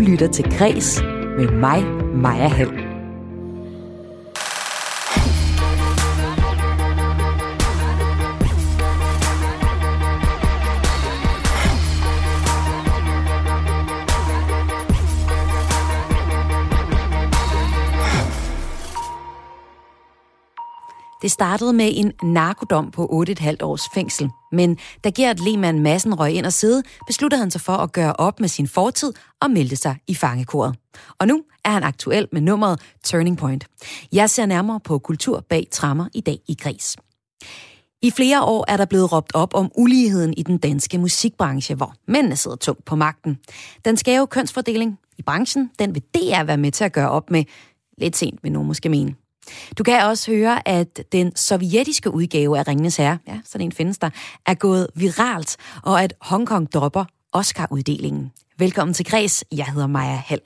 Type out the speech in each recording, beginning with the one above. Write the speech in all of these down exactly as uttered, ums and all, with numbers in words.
lytter til Græs med mig, Maja Hall. Det startede med en narkodom på otte komma fem års fængsel. Men da Gert Lehmann Madsen røg ind og sidde, besluttede han sig for at gøre op med sin fortid og meldte sig i fangekoret. Og nu er han aktuel med nummeret Turning Point. Jeg ser nærmere på kultur bag tremmer i dag i Græs. I flere år er der blevet råbt op om uligheden i den danske musikbranche, hvor mændene sidder tungt på magten. Den skæve kønsfordeling i branchen, den vil D R være med til at gøre op med. Lidt sent, vil nogen måske mene. Du kan også høre, at den sovjetiske udgave af Ringenes Herre, ja, sådan en findes der, er gået viralt, og at Hongkong dropper Oscar-uddelingen. Velkommen til Græs. Jeg hedder Maja Hall.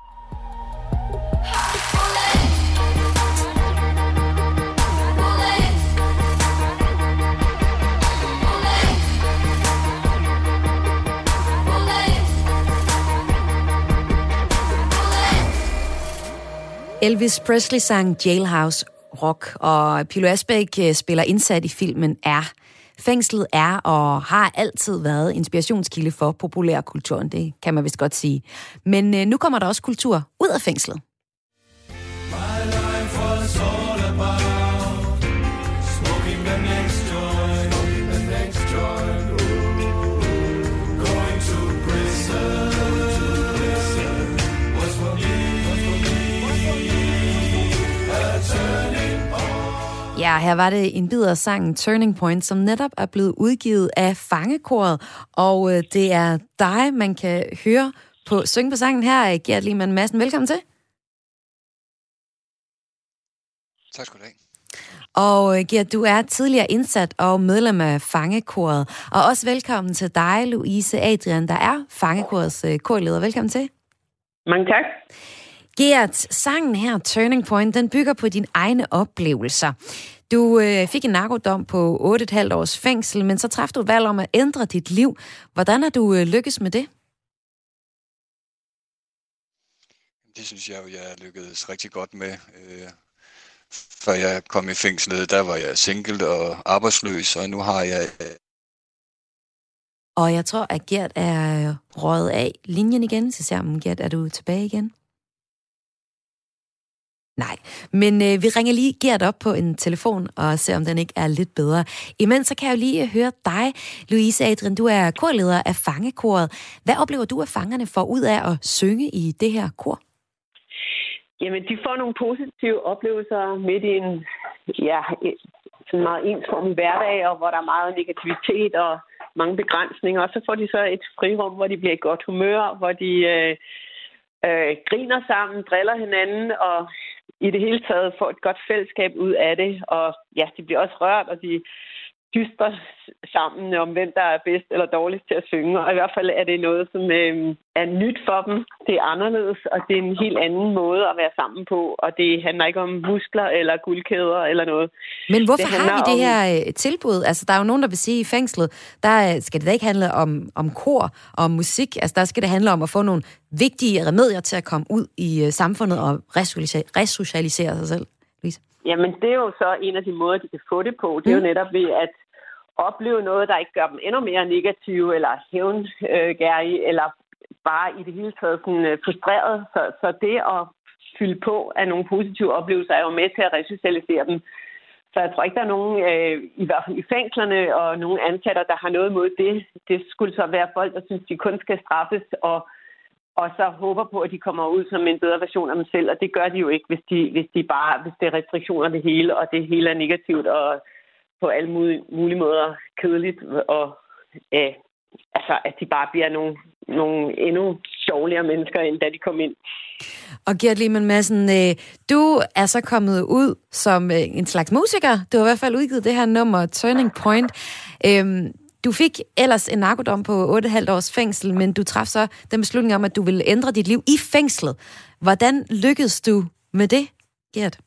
Elvis Presley sang Jailhouse Rock, og Pilo Asbæk spiller indsat i filmen R. Fængslet er og har altid været inspirationskilde for populærkulturen, det kan man vist godt sige. Men øh, nu kommer der også kultur ud af fængslet. Ja, her var det en bid af sangen Turning Point, som netop er blevet udgivet af Fangekoret, og øh, det er dig, man kan høre på synge på sangen her, Gert Lehmann Madsen. Velkommen til. Tak skal du have. Og øh, Gert, du er tidligere indsat og medlem af Fangekoret, og også velkommen til dig, Louise Adrian, der er Fangekorets øh, korleder. Velkommen til. Mange tak. Gert, sangen her, Turning Point, den bygger på dine egne oplevelser. Du øh, fik en narkodom på otte komma fem års fængsel, men så træffede du et valg om at ændre dit liv. Hvordan har du øh, lykkes med det? Det synes jeg jo, jeg lykkedes rigtig godt med. Øh, før jeg kom i fængslet, der var jeg single og arbejdsløs, og nu har jeg... Øh... Og jeg tror, at Gert er røget af linjen igen. Så ser man, Gert, er du tilbage igen? Nej, men øh, vi ringer lige Gert op på en telefon og ser, om den ikke er lidt bedre. Imens så kan jeg jo lige høre dig, Louise Adrian. Du er korleder af Fangekoret. Hvad oplever du, at fangerne får ud af at synge i det her kor? Jamen, de får nogle positive oplevelser midt i en ja, sådan meget ensformig hverdag, og hvor der er meget negativitet og mange begrænsninger. Og så får de så et frirum, hvor de bliver i godt humør, hvor de øh, øh, griner sammen, driller hinanden og i det hele taget får et godt fællesskab ud af det. Og ja, de bliver også rørt, og de dyster sammen om, hvem der er bedst eller dårligst til at synge. Og i hvert fald er det noget, som øh, er nyt for dem. Det er anderledes, og det er en helt anden måde at være sammen på. Og det handler ikke om muskler eller guldkæder eller noget. Men hvorfor det har vi det om... her øh, tilbud? Altså, der er jo nogen, der vil sige, at i fængslet, der skal det da ikke handle om, om kor og om musik. Altså, der skal det handle om at få nogle vigtige remedier til at komme ud i øh, samfundet og resocialisere, resocialisere sig selv. Lise? Jamen, det er jo så en af de måder, de kan få det på. Det er mm. jo netop ved at opleve noget, der ikke gør dem endnu mere negative, eller hævngærige, eller bare i det hele taget sådan frustreret. Så, så det at fylde på af nogle positive oplevelser er jo med til at resocialisere dem. Så jeg tror ikke, der er nogen, øh, i hvert fald i fængslerne, og nogle ansatte, der har noget mod det. Det skulle så være folk, der synes, de kun skal straffes, og, og så håber på, at de kommer ud som en bedre version af dem selv. Og det gør de jo ikke, hvis, de, hvis, de bare, hvis det er restriktioner det hele, og det hele er negativt, og på alle mulige, mulige måder kedeligt, og øh, altså, at de bare bliver nogle, nogle endnu dårligere mennesker, end da de kom ind. Og Gert Lehmann Madsen, øh, du er så kommet ud som øh, en slags musiker. Du har i hvert fald udgivet det her nummer, Turning Point. Øhm, du fik ellers en narkodom på otte komma fem års fængsel, men du traf så den beslutning om, at du ville ændre dit liv i fængslet. Hvordan lykkedes du med det, Gert?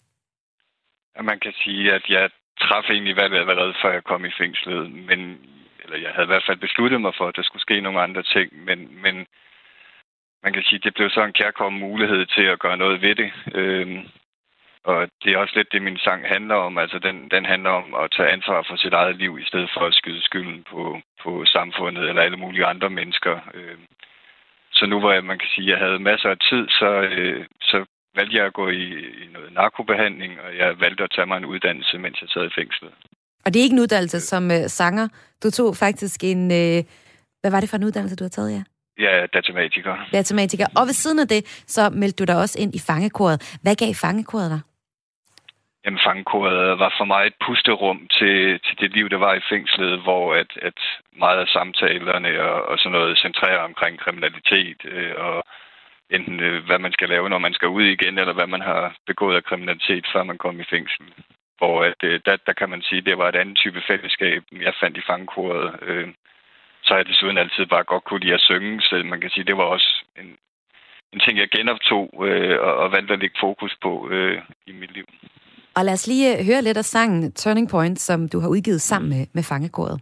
Ja, man kan sige, at jeg traf egentlig valget allerede før jeg kom i fængslet, men eller jeg havde i hvert fald besluttet mig for, at der skulle ske nogle andre ting, men, men man kan sige, det blev så en kærkommen mulighed til at gøre noget ved det. Øhm, og det er også lidt det, min sang handler om. Altså, den, den handler om at tage ansvar for sit eget liv, i stedet for at skyde skylden på, på samfundet eller alle mulige andre mennesker. Øhm, så nu hvor jeg, man kan sige, at jeg havde masser af tid, så, øh, så valgte jeg at gå i, i noget narkobehandling, og jeg valgte at tage mig en uddannelse, mens jeg sad i fængslet. Og det er ikke en uddannelse som uh, sanger. Du tog faktisk en... Uh, hvad var det for en uddannelse, du har taget, ja? Ja, datamatiker. Datamatiker. Og ved siden af det, så meldte du dig også ind i fangekoret. Hvad gav fangekoret dig? Jamen, fangekoret var for mig et pusterum til, til det liv, der var i fængslet, hvor at, at meget af samtalerne og, og sådan noget centrerer omkring kriminalitet, øh, og enten øh, hvad man skal lave, når man skal ud igen, eller hvad man har begået af kriminalitet, før man kom i fængsel. Hvor at, øh, der, der kan man sige, at det var et andet type fællesskab, jeg fandt i fangekoret. Øh, så har jeg desuden altid bare godt kunne lide at synge, så man kan sige, det var også en, en ting, jeg genoptog øh, og, og valgte at lægge fokus på øh, i mit liv. Og lad os lige høre lidt af sangen Turning Point, som du har udgivet sammen med, med fangekoret.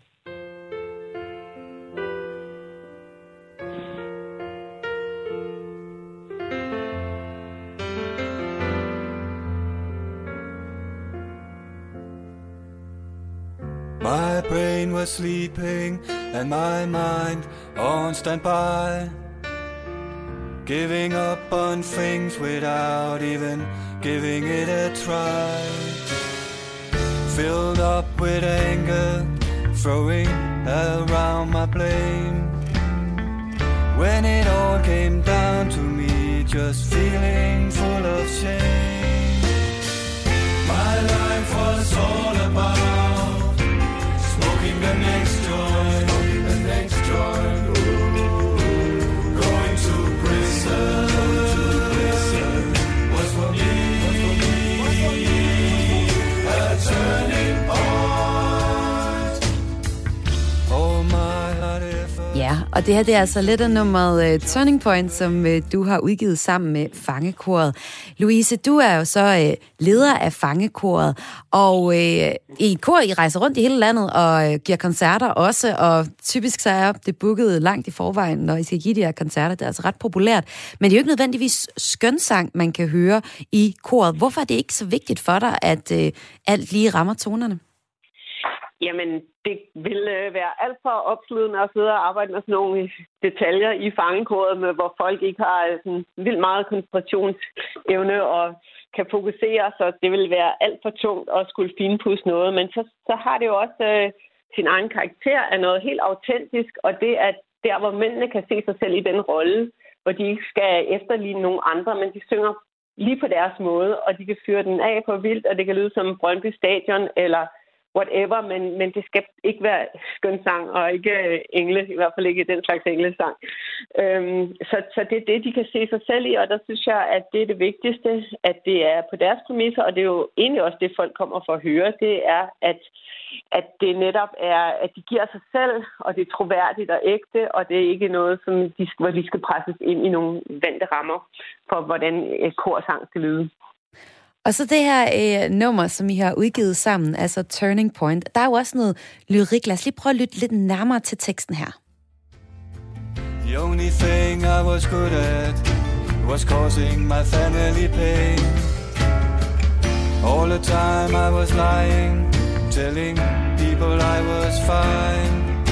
My brain was sleeping and my mind on standby, giving up on things without even giving it a try. Filled up with anger, throwing around my blame, when it all came down to me just feeling full of shame. My life was all about smoking the next joint, smoking the next joint, ooh, going to prison, going to prison was for me a turning point. Oh my heart if I... Ja, og det her det er altså lidt af nummeret uh, Turning Point, som uh, du har udgivet sammen med fangekoret. Louise, du er jo så uh, leder af fangekoret, og uh, i et kor, I rejser rundt i hele landet og uh, giver koncerter også, og typisk så er det booket langt i forvejen, når I skal give de her koncerter. Det er altså ret populært, men det er jo ikke nødvendigvis skønsang, man kan høre i koret. Hvorfor er det ikke så vigtigt for dig, at uh, alt lige rammer tonerne? Jamen, det vil øh, være alt for opslidende at sidde og arbejde med sådan nogle detaljer i fangekoret, med, hvor folk ikke har øh, sådan vildt meget koncentrationsevne og kan fokusere, så det vil være alt for tungt at skulle finpudse noget. Men så, så har det jo også øh, sin egen karakter af noget helt autentisk, og det er der, hvor mændene kan se sig selv i den rolle, hvor de ikke skal efterligne nogen andre, men de synger lige på deres måde, og de kan fyre den af på vildt, og det kan lyde som Brøndby Stadion eller whatever, men, men det skal ikke være skønsang og ikke engle, i hvert fald ikke den slags englesang. Øhm, så, så det er det, de kan se sig selv i, og der synes jeg, at det er det vigtigste, at det er på deres præmisser, og det er jo egentlig også det, folk kommer for at høre, det er, at, at det netop er, at de giver sig selv, og det er troværdigt og ægte, og det er ikke noget, som de, hvor de skal presses ind i nogle vante rammer for, hvordan korsang skal lyde. Og så det her øh, nummer, som I har udgivet sammen, altså Turning Point, der er jo også noget lyrik. Lad os lige prøve at lytte lidt nærmere til teksten her. The only thing I was good at was causing my family pain. All the time I was lying, telling people I was fine,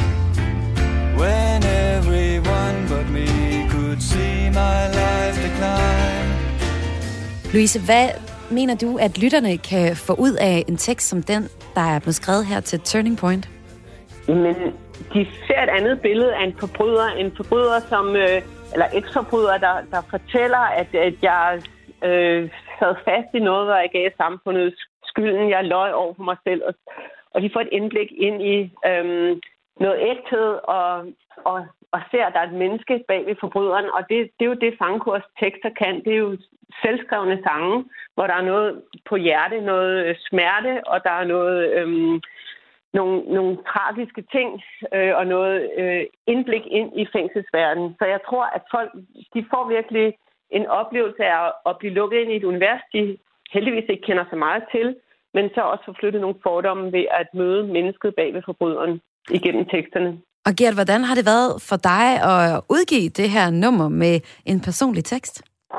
when everyone but me could see my life decline. Louise, hvad mener du, at lytterne kan få ud af en tekst som den, der er blevet skrevet her til Turning Point? Men de ser et andet billede af en forbryder. En forbryder, som, øh, eller eks-forbryder, der, der fortæller, at, at jeg øh, sad fast i noget, hvor jeg gav samfundet skylden. Jeg løj over for mig selv. Og, og de får et indblik ind i øh, noget ægthed, og, og, og ser, at der er et menneske bag ved forbryderen. Og det, det er jo det, fangekors tekster kan. Det er jo selvskrevne sange, hvor der er noget på hjerte, noget smerte, og der er noget, øhm, nogle, nogle tragiske ting, øh, og noget øh, indblik ind i fængselsverdenen. Så jeg tror, at folk de får virkelig en oplevelse af at blive lukket ind i et univers, de heldigvis ikke kender så meget til, men så også få flyttet nogle fordomme ved at møde mennesket bag ved forbryderen igennem teksterne. Og Gert, hvordan har det været for dig at udgive det her nummer med en personlig tekst?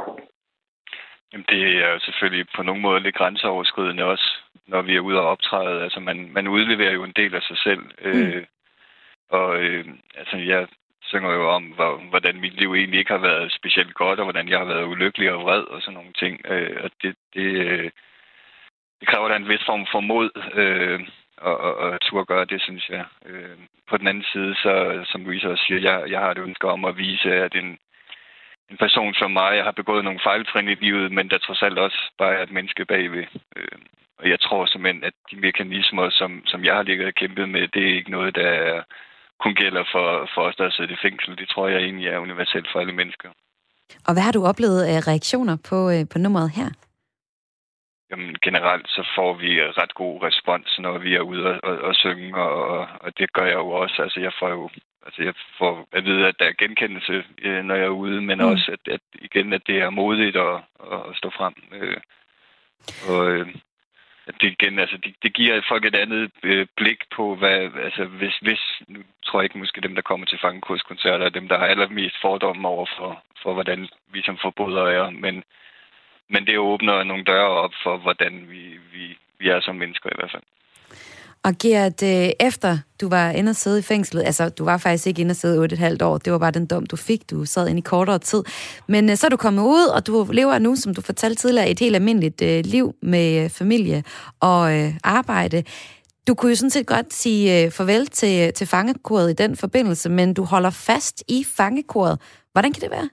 Jamen, det er jo selvfølgelig på nogle måder lidt grænseoverskridende også, når vi er ude og optræde. Altså, man, man udleverer jo en del af sig selv. Mm. Øh, og øh, altså, jeg synger jo om, hvordan mit liv egentlig ikke har været specielt godt, og hvordan jeg har været ulykkelig og vred og sådan nogle ting. Øh, og det, det, øh, det kræver da en vis form for mod øh, og, og, og turde gøre det, synes jeg. Øh, på den anden side, så som Louise også siger, jeg, jeg har et ønske om at vise, at en En person som mig, jeg har begået nogle fejltrin i livet, men der trods alt også bare er et menneske bagved. Og jeg tror simpelthen, at de mekanismer, som, som jeg har ligget og kæmpet med, det er ikke noget, der kun gælder for, for os, der sidder i fængsel. Det tror jeg egentlig er universelt for alle mennesker. Og hvad har du oplevet af reaktioner på, på nummeret her? Jamen, generelt så får vi ret god respons, når vi er ude og, og, og synge, og, og det gør jeg jo også. Altså, jeg får jo Altså, jeg får at vide, at der er genkendelse, øh, når jeg er ude, men mm. også, at, at igen, at det er modigt at, at stå frem. Øh, og øh, at det igen, altså, det, det giver folk et andet øh, blik på, hvad, altså, hvis, hvis, nu tror jeg ikke, måske dem, der kommer til Fangekorskoncerter, er dem, der har allermest fordomme over for, for hvordan vi som forbrydere er, men, men det åbner nogle døre op for, hvordan vi, vi, vi er som mennesker i hvert fald. Og Gert, efter du var inde og sidde i fængslet, altså du var faktisk ikke inde og sidde otte og et halvt år, det var bare den dom, du fik, du sad inde i kortere tid. Men så er du kommet ud, og du lever nu, som du fortalte tidligere, et helt almindeligt øh, liv med familie og øh, arbejde. Du kunne jo sådan set godt sige øh, farvel til, til fangekoret i den forbindelse, men du holder fast i fangekoret. Hvordan kan det være?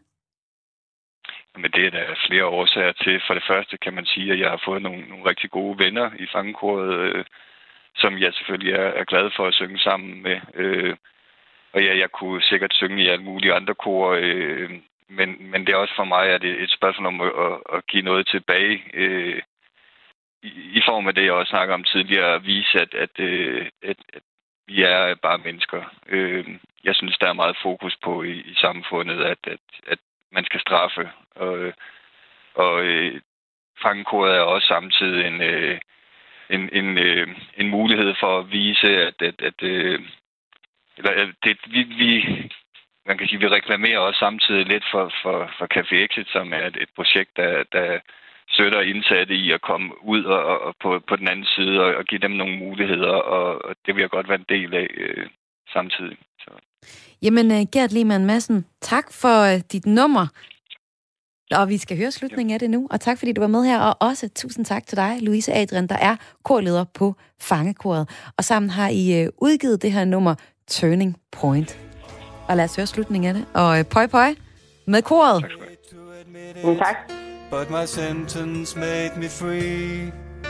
Men det er der flere årsager til. For det første kan man sige, at jeg har fået nogle, nogle rigtig gode venner i fangekoret, øh, som jeg selvfølgelig er, er glad for at synge sammen med. Øh, og ja, jeg kunne sikkert synge i alle mulige andre kor, øh, men, men det er også for mig at et, et spørgsmål om at, at, at give noget tilbage, øh, i, i form af det, jeg også snakker om tidligere, at vise, at, at, at, at, at vi er bare mennesker. Øh, jeg synes, der er meget fokus på i, i samfundet, at, at, at man skal straffe. Og, og øh, fangekoret er også samtidig en... Øh, En, en, øh, en mulighed for at vise, at, at, at, øh, eller, at det, vi, vi, man kan sige, vi reklamerer også samtidig lidt for, for, for Café Exit, som er et, et projekt, der, der støtter indsatte i at komme ud og, og på, på den anden side og, og give dem nogle muligheder, og, og det vil jeg godt være en del af øh, samtidig. Så. Jamen, Gert Lehmann Madsen, tak for øh, dit nummer. Og vi skal høre slutningen af det nu. Og tak, fordi du var med her. Og også tusind tak til dig, Louise Adrian, der er korleder på Fangekoret. Og sammen har I udgivet det her nummer, Turning Point. Og lad os høre slutningen af det. Og pøj pøj med koret. Tak skal du have. Tak. But my sentence made me free.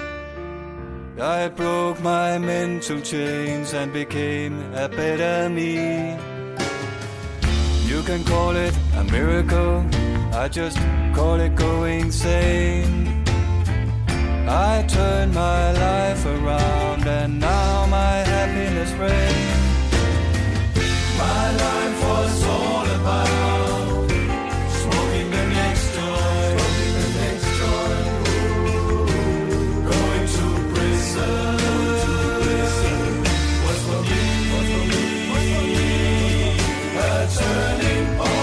I broke my mental chains and became a better me. You can call it a miracle. I just call it going sane. I turned my life around and now my happiness reigns. My life was all about smoking the next joint, smoking the next joint, going to prison. Was for me, was for me, a turning point.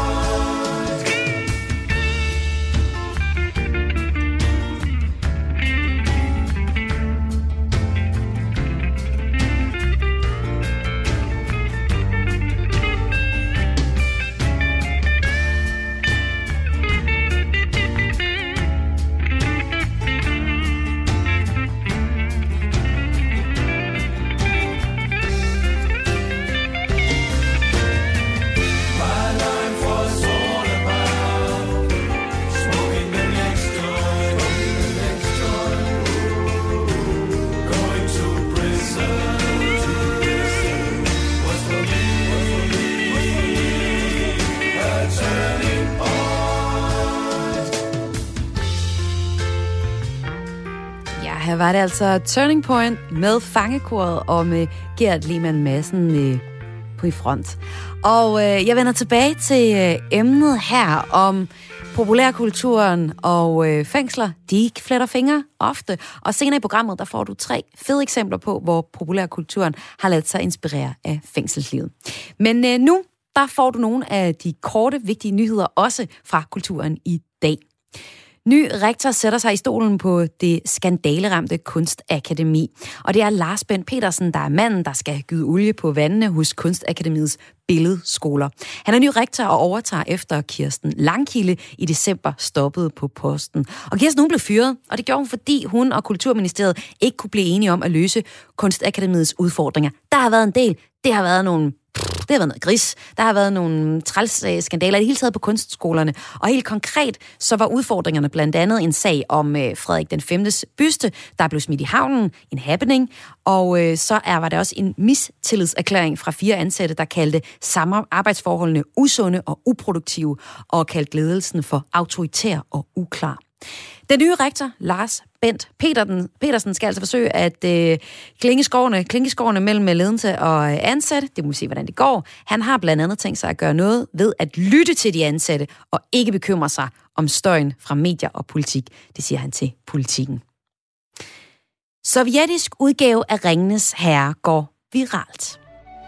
Her var det altså Turning Point med Fangekoret og med Gert Lehmann Madsen øh, på i front. Og øh, jeg vender tilbage til øh, emnet her om Populærkulturen og øh, fængsler, de fletter fingre ofte. Og senere i programmet, der får du tre fede eksempler på, hvor populærkulturen har ladet sig inspirere af fængselslivet. Men øh, nu, der får du nogle af de korte, vigtige nyheder også fra kulturen i dag. Ny rektor sætter sig i stolen på det skandaleramte Kunstakademi. Og det er Lars Bent Petersen, der er manden, der skal gyde olie på vandene hos Kunstakademiets billedskoler. Han er ny rektor og overtager efter Kirsten Langkilde i december stoppede på posten. Og Kirsten, hun blev fyret, og det gjorde hun, fordi hun og Kulturministeriet ikke kunne blive enige om at løse Kunstakademiets udfordringer. Der har været en del. Det har været nogle Det har været noget gris. Der har været nogle trælsskandaler i det hele taget på kunstskolerne. Og helt konkret, så var udfordringerne blandt andet en sag om øh, Frederik den femtes byste, der blev smidt i havnen, en happening. Og øh, så er, var der også en mistillidserklæring fra fire ansatte, der kaldte samarbejdsforholdene usunde og uproduktive, og kaldte ledelsen for autoritær og uklar. Den nye rektor, Lars Bent Petersen, Petersen skal altså forsøge at øh, klinge skårene, klinge skårene mellem ledelse og ansatte. Det må vi se, hvordan det går. Han har blandt andet tænkt sig at gøre noget ved at lytte til de ansatte og ikke bekymre sig om støjen fra medier og politik. Det siger han til Politikken. Sovjetisk udgave af Ringenes Herre går viralt.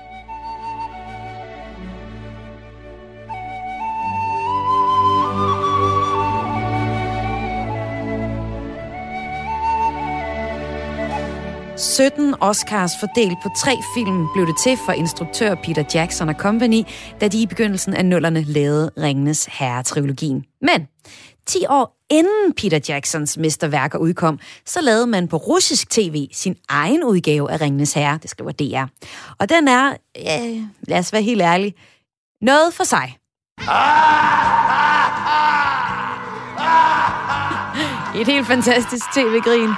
sytten Oscars fordelt på tre film blev det til for instruktør Peter Jackson og Company, da de i begyndelsen af nullerne lavede Ringenes Herre-trilogien. Men ti år inden Peter Jacksons mesterværker udkom, så lavede man på russisk tv sin egen udgave af Ringenes Herre, det skriver D R. Og den er, ja, lad os være helt ærlige, noget for sig. Et helt fantastisk tv-grin.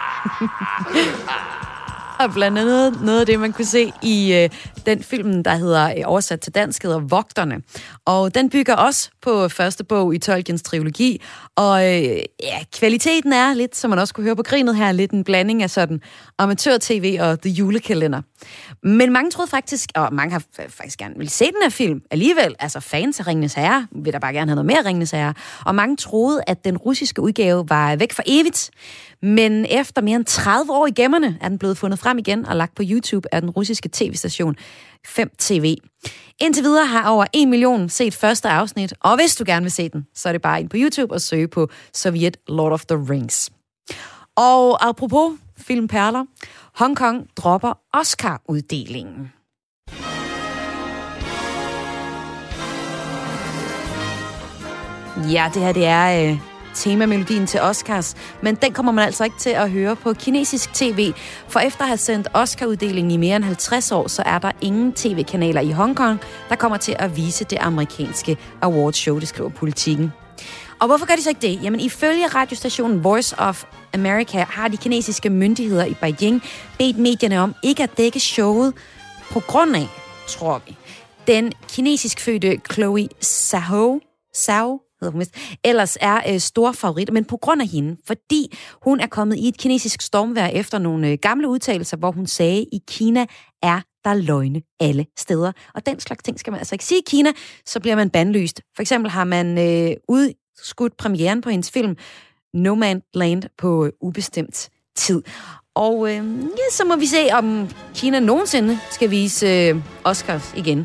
Og blandt andet noget af det, man kunne se i øh, den film, der hedder øh, oversat til dansk, hedder Vogterne. Og den bygger også på første bog i Tolkiens trilogi. Og øh, ja, kvaliteten er lidt, som man også kunne høre på grinet her, lidt en blanding af sådan amatør-tv og The Julekalender. Men mange troede faktisk, og mange har faktisk gerne ville se den her film alligevel, altså fans af Ringenes Herre, vil der bare gerne have noget mere Ringenes Herre. Og mange troede, at den russiske udgave var væk for evigt. Men efter mere end tredive år i gemmerne er den blevet fundet frem igen og lagt på YouTube af den russiske tv-station fem T V. Indtil videre har over en million set første afsnit, og hvis du gerne vil se den, så er det bare ind på YouTube og søge på Sovjet Lord of the Rings. Og apropos filmperler, Hongkong dropper Oscar-uddelingen. Ja, det her det er øh, temamelodien til Oscars, men den kommer man altså ikke til at høre på kinesisk tv, for efter at have sendt Oscar-uddelingen i mere end halvtreds år, så er der ingen tv-kanaler i Hongkong, der kommer til at vise det amerikanske awardshow, det skriver Politikken. Og hvorfor gør de så ikke det? Jamen ifølge radiostationen Voice of America har de kinesiske myndigheder i Beijing bedt medierne om ikke at dække showet på grund af, tror vi, den kinesisk fødte Chloe Zhao, Zhao ellers er øh, stor favorit, men på grund af hende, fordi hun er kommet i et kinesisk stormvejr efter nogle øh, gamle udtalelser, hvor hun sagde, i Kina er der løgne alle steder. Og den slags ting skal man altså ikke sige i Kina, så bliver man bandlyst. For eksempel har man øh, udskudt premieren på hendes film Nomadland på øh, ubestemt tid. Og øh, ja, så må vi se, om Kina nogensinde skal vise øh, Oscars igen.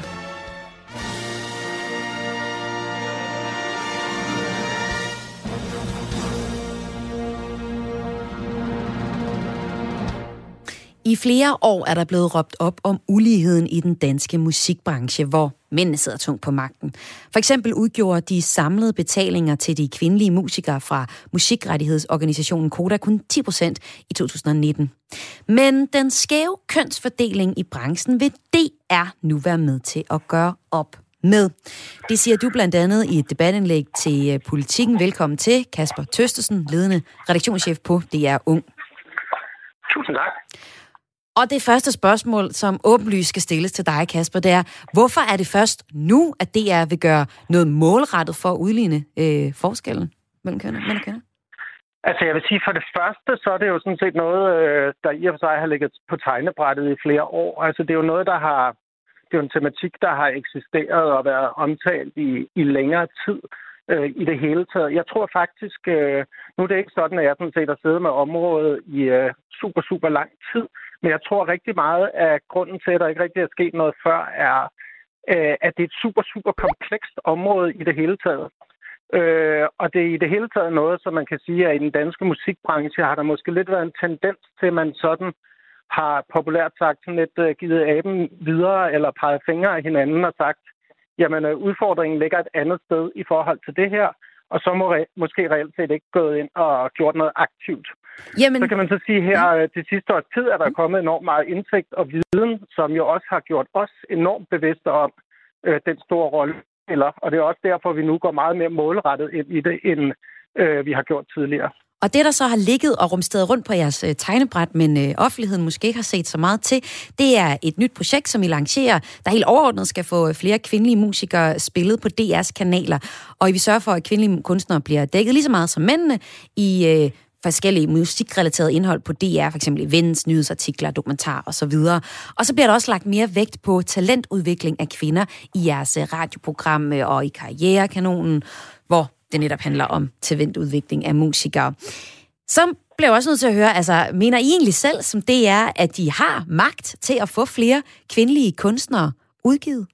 I flere år er der blevet råbt op om uligheden i den danske musikbranche, hvor mændene sidder tungt på magten. For eksempel udgjorde de samlede betalinger til de kvindelige musikere fra musikrettighedsorganisationen Koda kun ti procent i to tusind nitten. Men den skæve kønsfordeling i branchen vil D R nu være med til at gøre op med. Det siger du blandt andet i et debatindlæg til Politikken. Velkommen til, Kasper Tøstesen, ledende redaktionschef på D R Ung. Tusind tak. Og det første spørgsmål, som åbenlyst skal stilles til dig, Kasper, det er, hvorfor er det først nu, at D R vil gøre noget målrettet for at udligne øh, forskellen mellem kønner, mænd og kvinder? Altså jeg vil sige, for det første, så er det jo sådan set noget, der i og for sig har ligget på tegnebrættet i flere år. Altså det er jo noget, der har, det er jo en tematik, der har eksisteret og været omtalt i, i længere tid. øh, i det hele taget. Jeg tror faktisk, øh, nu er det ikke sådan, at jeg sådan set har siddet med området i øh, super, super lang tid, men jeg tror rigtig meget, at grunden til, at der ikke rigtig er sket noget før, er, øh, at det er et super, super komplekst område i det hele taget. Øh, og det er i det hele taget noget, som man kan sige, at i den danske musikbranche har der måske lidt været en tendens til, at man sådan har populært sagt sådan lidt uh, givet aben videre eller peget fingre af hinanden og sagt, jamen uh, udfordringen ligger et andet sted i forhold til det her, og så må re- måske reelt set ikke gået ind og gjort noget aktivt. Jamen... Så kan man så sige her, uh, det sidste års tid er der kommet enormt meget indsigt og viden, som jo også har gjort os enormt bevidste om uh, den store rolle. Og det er også derfor, at vi nu går meget mere målrettet ind i det, end øh, vi har gjort tidligere. Og det, der så har ligget og rumsteret rundt på jeres øh, tegnebræt, men øh, offentligheden måske ikke har set så meget til, det er et nyt projekt, som I lancerer, der helt overordnet skal få flere kvindelige musikere spillet på D R's kanaler. Og I vil sørge for, at kvindelige kunstnere bliver dækket lige så meget som mændene i øh, forskellige musikrelaterede indhold på D R, for eksempel events, nyhedsartikler, dokumentarer osv. Og så bliver der også lagt mere vægt på talentudvikling af kvinder i jeres radioprogram og i Karrierekanonen, hvor det netop handler om talentudvikling af musikere. Så bliver jeg også nødt til at høre, altså, mener I egentlig selv som D R, at de har magt til at få flere kvindelige kunstnere udgivet?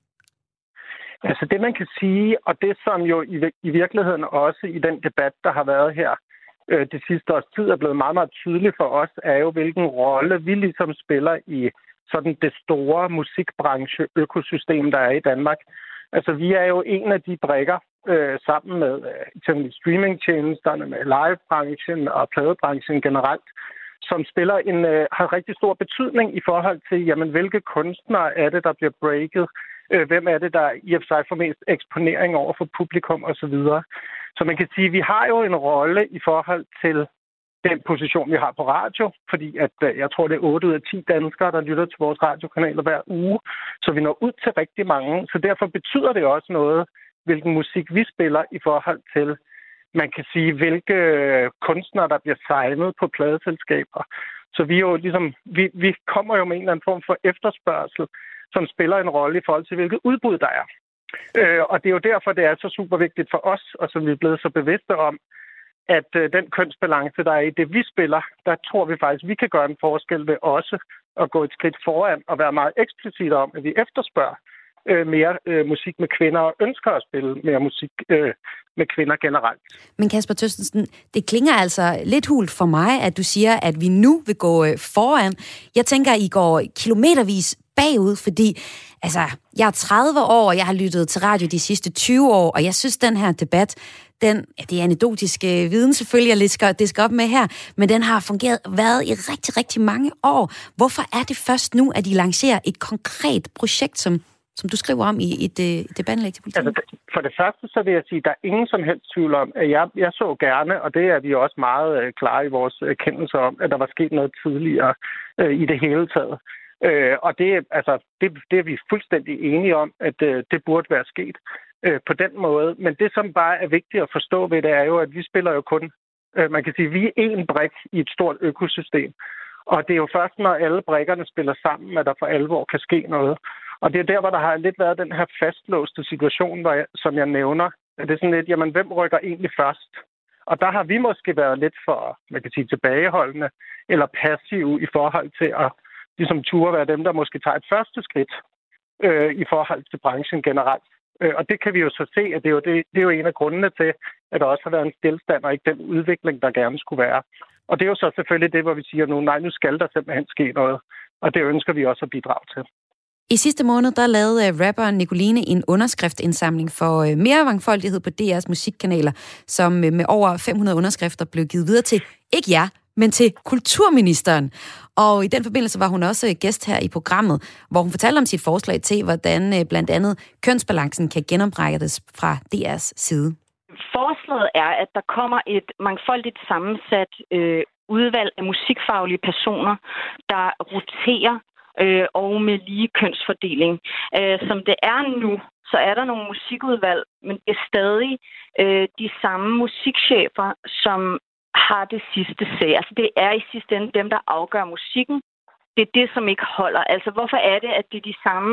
Altså det, man kan sige, og det som jo i, i virkeligheden også i den debat, der har været her øh, det sidste års tid, er blevet meget, meget tydeligt for os, er jo, hvilken rolle vi ligesom spiller i sådan det store musikbranche-økosystem, der er i Danmark. Altså vi er jo en af de brikker, Øh, sammen med øh, streamingtjenesterne, med livebranchen og pladebranchen generelt, som spiller en øh, har rigtig stor betydning i forhold til, jamen, hvilke kunstnere er det, der bliver breaket, øh, hvem er det, der i og for sig får mest eksponering over for publikum osv. Så man kan sige, at vi har jo en rolle i forhold til den position, vi har på radio, fordi at øh, jeg tror, det er otte ud af ti danskere, der lytter til vores radiokanaler hver uge, så vi når ud til rigtig mange. Så derfor betyder det også noget, hvilken musik vi spiller i forhold til, man kan sige, hvilke kunstnere, der bliver signet på pladeselskaber. Så vi, er jo ligesom, vi, vi kommer jo med en eller anden form for efterspørgsel, som spiller en rolle i forhold til, hvilket udbud der er. Øh, og det er jo derfor, det er så super vigtigt for os, og som vi er blevet så bevidste om, at øh, den kønsbalance, der er i det, vi spiller, der tror vi faktisk, vi kan gøre en forskel ved også at gå et skridt foran og være meget eksplicit om, at vi efterspørger Øh, mere øh, musik med kvinder, og ønsker at spille mere musik øh, med kvinder generelt. Men Kasper Tøstensen, det klinger altså lidt hult for mig, at du siger, at vi nu vil gå øh, foran. Jeg tænker, I går kilometervis bagud, fordi altså, jeg er tredive år, og jeg har lyttet til radio de sidste tyve år, og jeg synes, den her debat, den, ja, det er anekdotisk øh, viden selvfølgelig, jeg skal, det skal op med her, men den har fungeret, været i rigtig, rigtig mange år. Hvorfor er det først nu, at I lancerer et konkret projekt, som som du skriver om i et, et debatindlæg til Politiken? Altså, for det første, så vil jeg sige, at der er ingen som helst tvivl om, at jeg, jeg så gerne, og det er vi også meget øh, klare i vores erkendelse om, at der var sket noget tidligere øh, i det hele taget. Øh, og det, altså, det, det er vi fuldstændig enige om, at øh, det burde være sket øh, på den måde. Men det, som bare er vigtigt at forstå ved det, er jo, at vi spiller jo kun, øh, man kan sige, vi er én brik i et stort økosystem. Og det er jo først, når alle brikkerne spiller sammen, at der for alvor kan ske noget. Og det er der, hvor der har lidt været den her fastlåste situation, hvor jeg, som jeg nævner. Det er sådan lidt, jamen, hvem rykker egentlig først? Og der har vi måske været lidt for, man kan sige, tilbageholdende eller passive i forhold til at ligesom ture være dem, der måske tager et første skridt øh, i forhold til branchen generelt. Øh, og det kan vi jo så se, at det er jo, det, det er jo en af grundene til, at der også har været en stillstand og ikke den udvikling, der gerne skulle være. Og det er jo så selvfølgelig det, hvor vi siger nu, nej, nu skal der simpelthen ske noget. Og det ønsker vi også at bidrage til. I sidste måned, der lavede rapperen Nicoline en underskriftsindsamling for mere mangfoldighed på D R's musikkanaler, som med over fem hundrede underskrifter blev givet videre til, ikke jer, men til kulturministeren. Og i den forbindelse var hun også gæst her i programmet, hvor hun fortalte om sit forslag til, hvordan blandt andet kønsbalancen kan genoprettes fra D R's side. Forslaget er, at der kommer et mangfoldigt sammensat øh, udvalg af musikfaglige personer, der roterer øh, og med lige kønsfordeling. Øh, som det er nu, så er der nogle musikudvalg, men det er stadig øh, de samme musikchefer, som har det sidste sag. Altså det er i sidste ende dem, der afgør musikken. Det er det, som ikke holder. Altså hvorfor er det, at det er de samme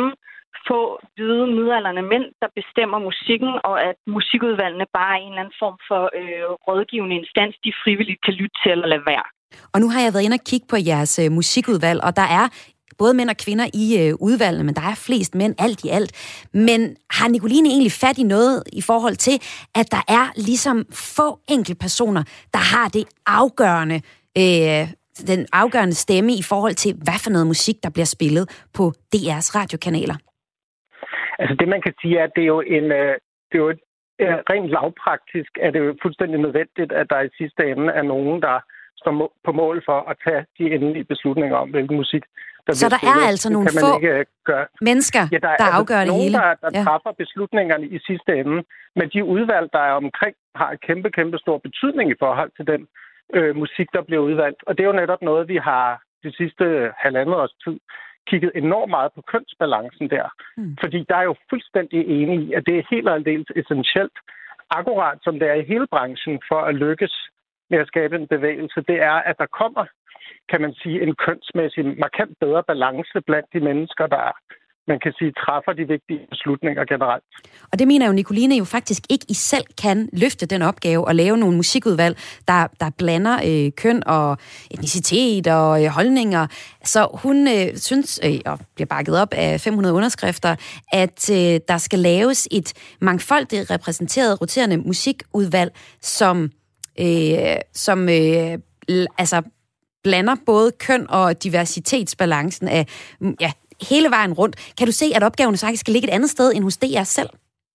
få hvide midaldrende mænd, der bestemmer musikken, og at musikudvalgene bare er en eller anden form for øh, rådgivende instans, de frivilligt kan lytte til eller lade være. Og nu har jeg været inde og kigge på jeres øh, musikudvalg, og der er både mænd og kvinder i øh, udvalgene, men der er flest mænd alt i alt. Men har Nicoline egentlig fat i noget i forhold til, at der er ligesom få enkelte personer, der har det afgørende, øh, den afgørende stemme i forhold til, hvad for noget musik, der bliver spillet på D R's radiokanaler? Altså det, man kan sige, er, at det er jo en... Øh, det er jo et, øh, rent lavpraktisk er det jo fuldstændig nødvendigt, at der i sidste ende er nogen, der står på mål for at tage de endelige beslutninger om, hvilken musik, der så der er altså nogle få mennesker, ja, der, der altså afgør det nogen, hele? Der, der ja. træffer beslutningerne i sidste ende, men de udvalg, der er omkring, har et kæmpe, kæmpe stor betydning i forhold til den øh, musik, der bliver udvalgt. Og det er jo netop noget, vi har de sidste halvandet års tid kigget enormt meget på kønsbalancen der. Mm. Fordi der er jo fuldstændig enige i, at det er helt og aldeles essentielt, akkurat som det er i hele branchen, for at lykkes med at skabe en bevægelse, det er, at der kommer, kan man sige, en kønsmæssig markant bedre balance blandt de mennesker, der, man kan sige, træffer de vigtige beslutninger generelt. Og det mener jo Nicoline jo faktisk ikke i selv kan løfte den opgave og lave nogle musikudvalg, der, der blander øh, køn og etnicitet og øh, holdninger. Så hun øh, synes, øh, og bliver bakket op af fem hundrede underskrifter, at øh, der skal laves et mangfoldigt repræsenteret roterende musikudvalg, som Øh, som øh, altså blander både køn og diversitetsbalancen af ja, hele vejen rundt. Kan du se, at opgaven faktisk skal ligge et andet sted end hos D R selv?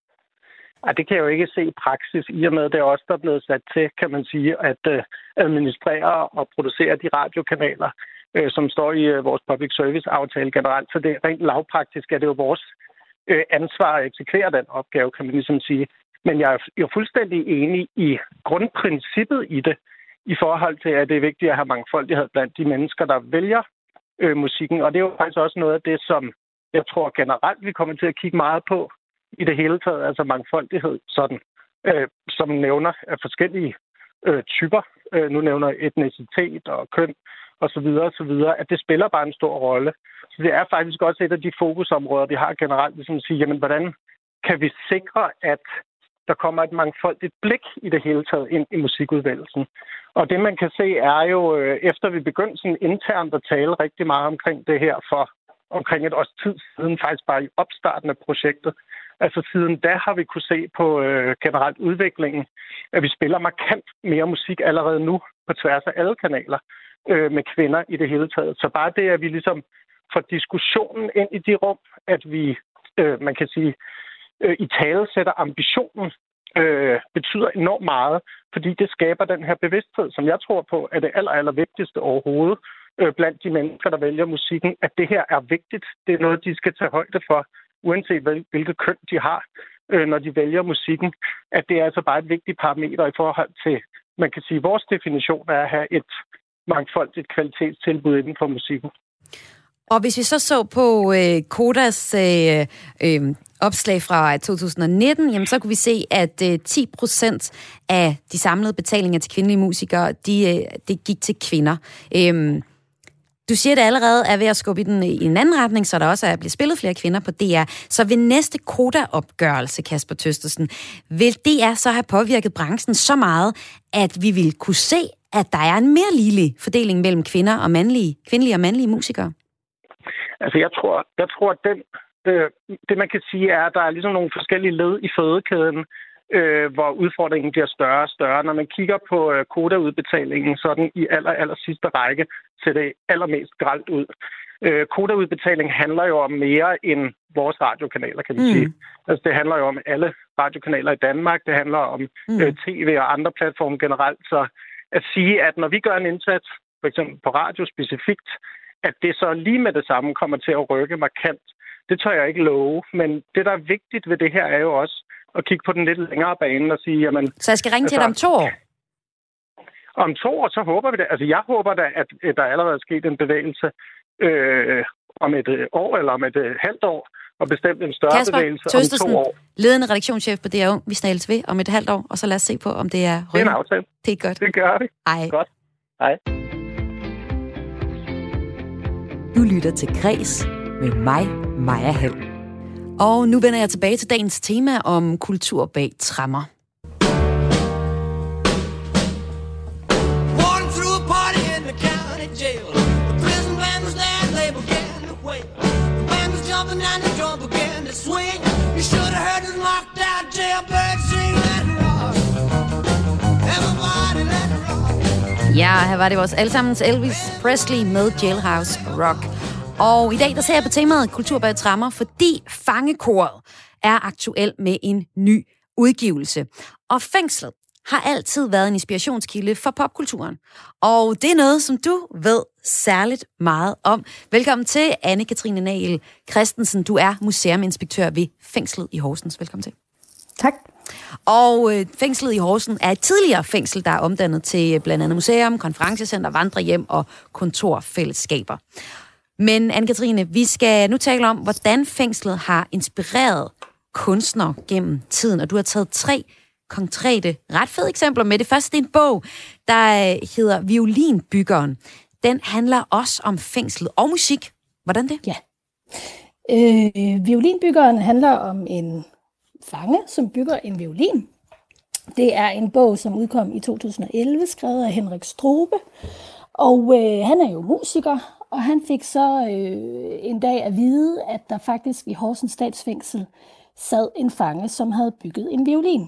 Ej, det kan jeg jo ikke se i praksis, i og med, at det er også der er blevet sat til, kan man sige, at øh, administrere og producere de radiokanaler, øh, som står i øh, vores public service-aftale generelt. Så det er rent lavpraktisk, at det er jo vores øh, ansvar at eksekvere den opgave, kan man ligesom sige. Men jeg er jo fuldstændig enig i grundprincippet i det, i forhold til, at det er vigtigt at have mangfoldighed blandt de mennesker, der vælger øh, musikken. Og det er jo faktisk også noget af det, som jeg tror generelt, vi kommer til at kigge meget på i det hele taget, altså mangfoldighed, sådan, øh, som nævner af forskellige øh, typer. Øh, nu nævner etnicitet og køn og så videre, og så videre, at det spiller bare en stor rolle. Så det er faktisk også et af de fokusområder, vi har generelt, ligesom at sige, jamen, hvordan kan vi sikre, at der kommer et mangfoldigt blik i det hele taget ind i musikudvælgelsen. Og det, man kan se, er jo, efter vi begyndte sådan internt at tale rigtig meget omkring det her for omkring et års tid siden, faktisk bare i opstarten af projektet. Altså siden da har vi kunne se på øh, generelt udviklingen, at vi spiller markant mere musik allerede nu på tværs af alle kanaler øh, med kvinder i det hele taget. Så bare det, at vi ligesom får diskussionen ind i de rum, at vi, øh, man kan sige, i tale sætter ambitionen, øh, betyder enormt meget, fordi det skaber den her bevidsthed, som jeg tror på, er det aller, aller vigtigste overhovedet øh, blandt de mennesker, der vælger musikken, at det her er vigtigt. Det er noget, de skal tage højde for, uanset hvilket køn de har, øh, når de vælger musikken. At det er altså bare et vigtigt parameter i forhold til, man kan sige, vores definition er at have et mangfoldigt kvalitetstilbud inden for musikken. Og hvis vi så så på øh, Kodas øh, øh, opslag fra to tusind nitten, jamen, så kunne vi se, at øh, ti procent af de samlede betalinger til kvindelige musikere, de, øh, det gik til kvinder. Øhm, du siger, at det allerede er ved at skubbe i den i en anden retning, så der også er blevet spillet flere kvinder på D R. Så ved næste Koda-opgørelse, Kasper Tøstersen, vil D R så have påvirket branchen så meget, at vi vil kunne se, at der er en mere ligelig fordeling mellem kvinder og mandlige, kvindelige og mandlige musikere? Altså, jeg tror, jeg tror at den, øh, det man kan sige er, at der er ligesom nogle forskellige led i fødekæden, øh, hvor udfordringen bliver større og større. Når man kigger på øh, kodaudbetalingen, sådan i aller, aller sidste række, ser det allermest grelt ud. Øh, kodaudbetaling handler jo om mere end vores radiokanaler, kan vi mm. sige. Altså, det handler jo om alle radiokanaler i Danmark. Det handler om mm. øh, tv og andre platforme generelt. Så at sige, at når vi gør en indsats, for eksempel på radio specifikt, at det så lige med det samme kommer til at rykke markant, det tør jeg ikke love. Men det, der er vigtigt ved det her, er jo også at kigge på den lidt længere bane og sige, jamen... Så jeg skal ringe altså, til dig om to år? Om to år, så håber vi det. Altså, jeg håber da, at der allerede er sket en bevægelse øh, om et år eller om et øh, halvt år, og bestemt en større Kasper bevægelse Tøstersen, om to år. Ledende redaktionschef på D R U. Vi snales ved om et halvt år, og så lad os se på, om det er ryggen. Det er en aftale. Det er godt. Det gør vi. Ej. Godt. Hej. Du lytter til Kres med mig, Maja Hall. Og nu vender jeg tilbage til dagens tema om kultur bag tremmer. Ja, her var det vores allesammens Elvis Presley med Jailhouse Rock. Og i dag der ser jeg på temaet kultur bag tremmer, fordi Fangekoret er aktuel med en ny udgivelse. Og fængslet har altid været en inspirationskilde for popkulturen. Og det er noget, som du ved særligt meget om. Velkommen til, Anne-Katrine Nagel Christensen. Du er museuminspektør ved Fængslet i Horsens. Velkommen til. Tak. Og øh, fængslet i Horsens er et tidligere fængsel, der er omdannet til blandt andet museum, konferencecenter, vandrehjem og kontorfællesskaber. Men Anne-Katrine, vi skal nu tale om, hvordan fængslet har inspireret kunstnere gennem tiden. Og du har taget tre konkrete, ret fede eksempler med. Det første er en bog, der hedder Violinbyggeren. Den handler også om fængslet og musik. Hvordan det? Ja. Øh, Violinbyggeren handler om en fange, som bygger en violin. Det er en bog, som udkom i to tusind og elleve, skrevet af Henrik Strube. Og øh, han er jo musiker, og han fik så øh, en dag at vide, at der faktisk i Horsens Statsfængsel sad en fange, som havde bygget en violin.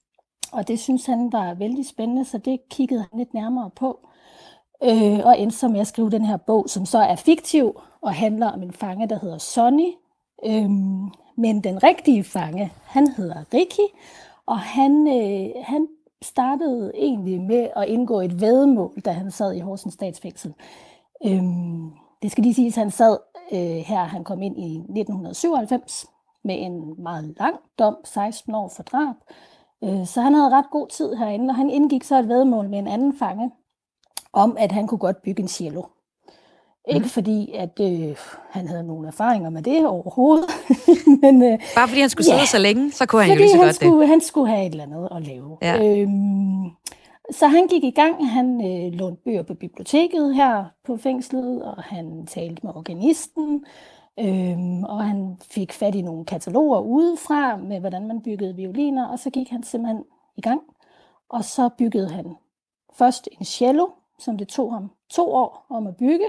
Og det synes han var vældig spændende, så det kiggede han lidt nærmere på. Øh, og endte så med at skrive den her bog, som så er fiktiv og handler om en fange, der hedder Sonny. Øh, men den rigtige fange, han hedder Ricky, og han, øh, han startede egentlig med at indgå et væddemål, da han sad i Horsens Statsfængsel. Øh, det skal lige siges, at han sad øh, her, han kom ind i nitten syvoghalvfems med en meget lang dom, seksten år for drab. Så han havde ret god tid herinde, og han indgik så et væddemål med en anden fange, om at han kunne godt bygge en cello. Mm. Ikke fordi, at øh, han havde nogle erfaringer med det overhovedet. Men, øh, Bare fordi han skulle sidde ja, så længe, så kunne han jo lige så han godt skulle, det. han skulle have et eller andet at lave. Ja. Øhm, så han gik i gang, han øh, lånte bøger på biblioteket her på fængslet, og han talte med organisten. Øhm, og han fik fat i nogle kataloger udefra med, hvordan man byggede violiner, og så gik han simpelthen i gang. Og så byggede han først en cello, som det tog ham to år om at bygge.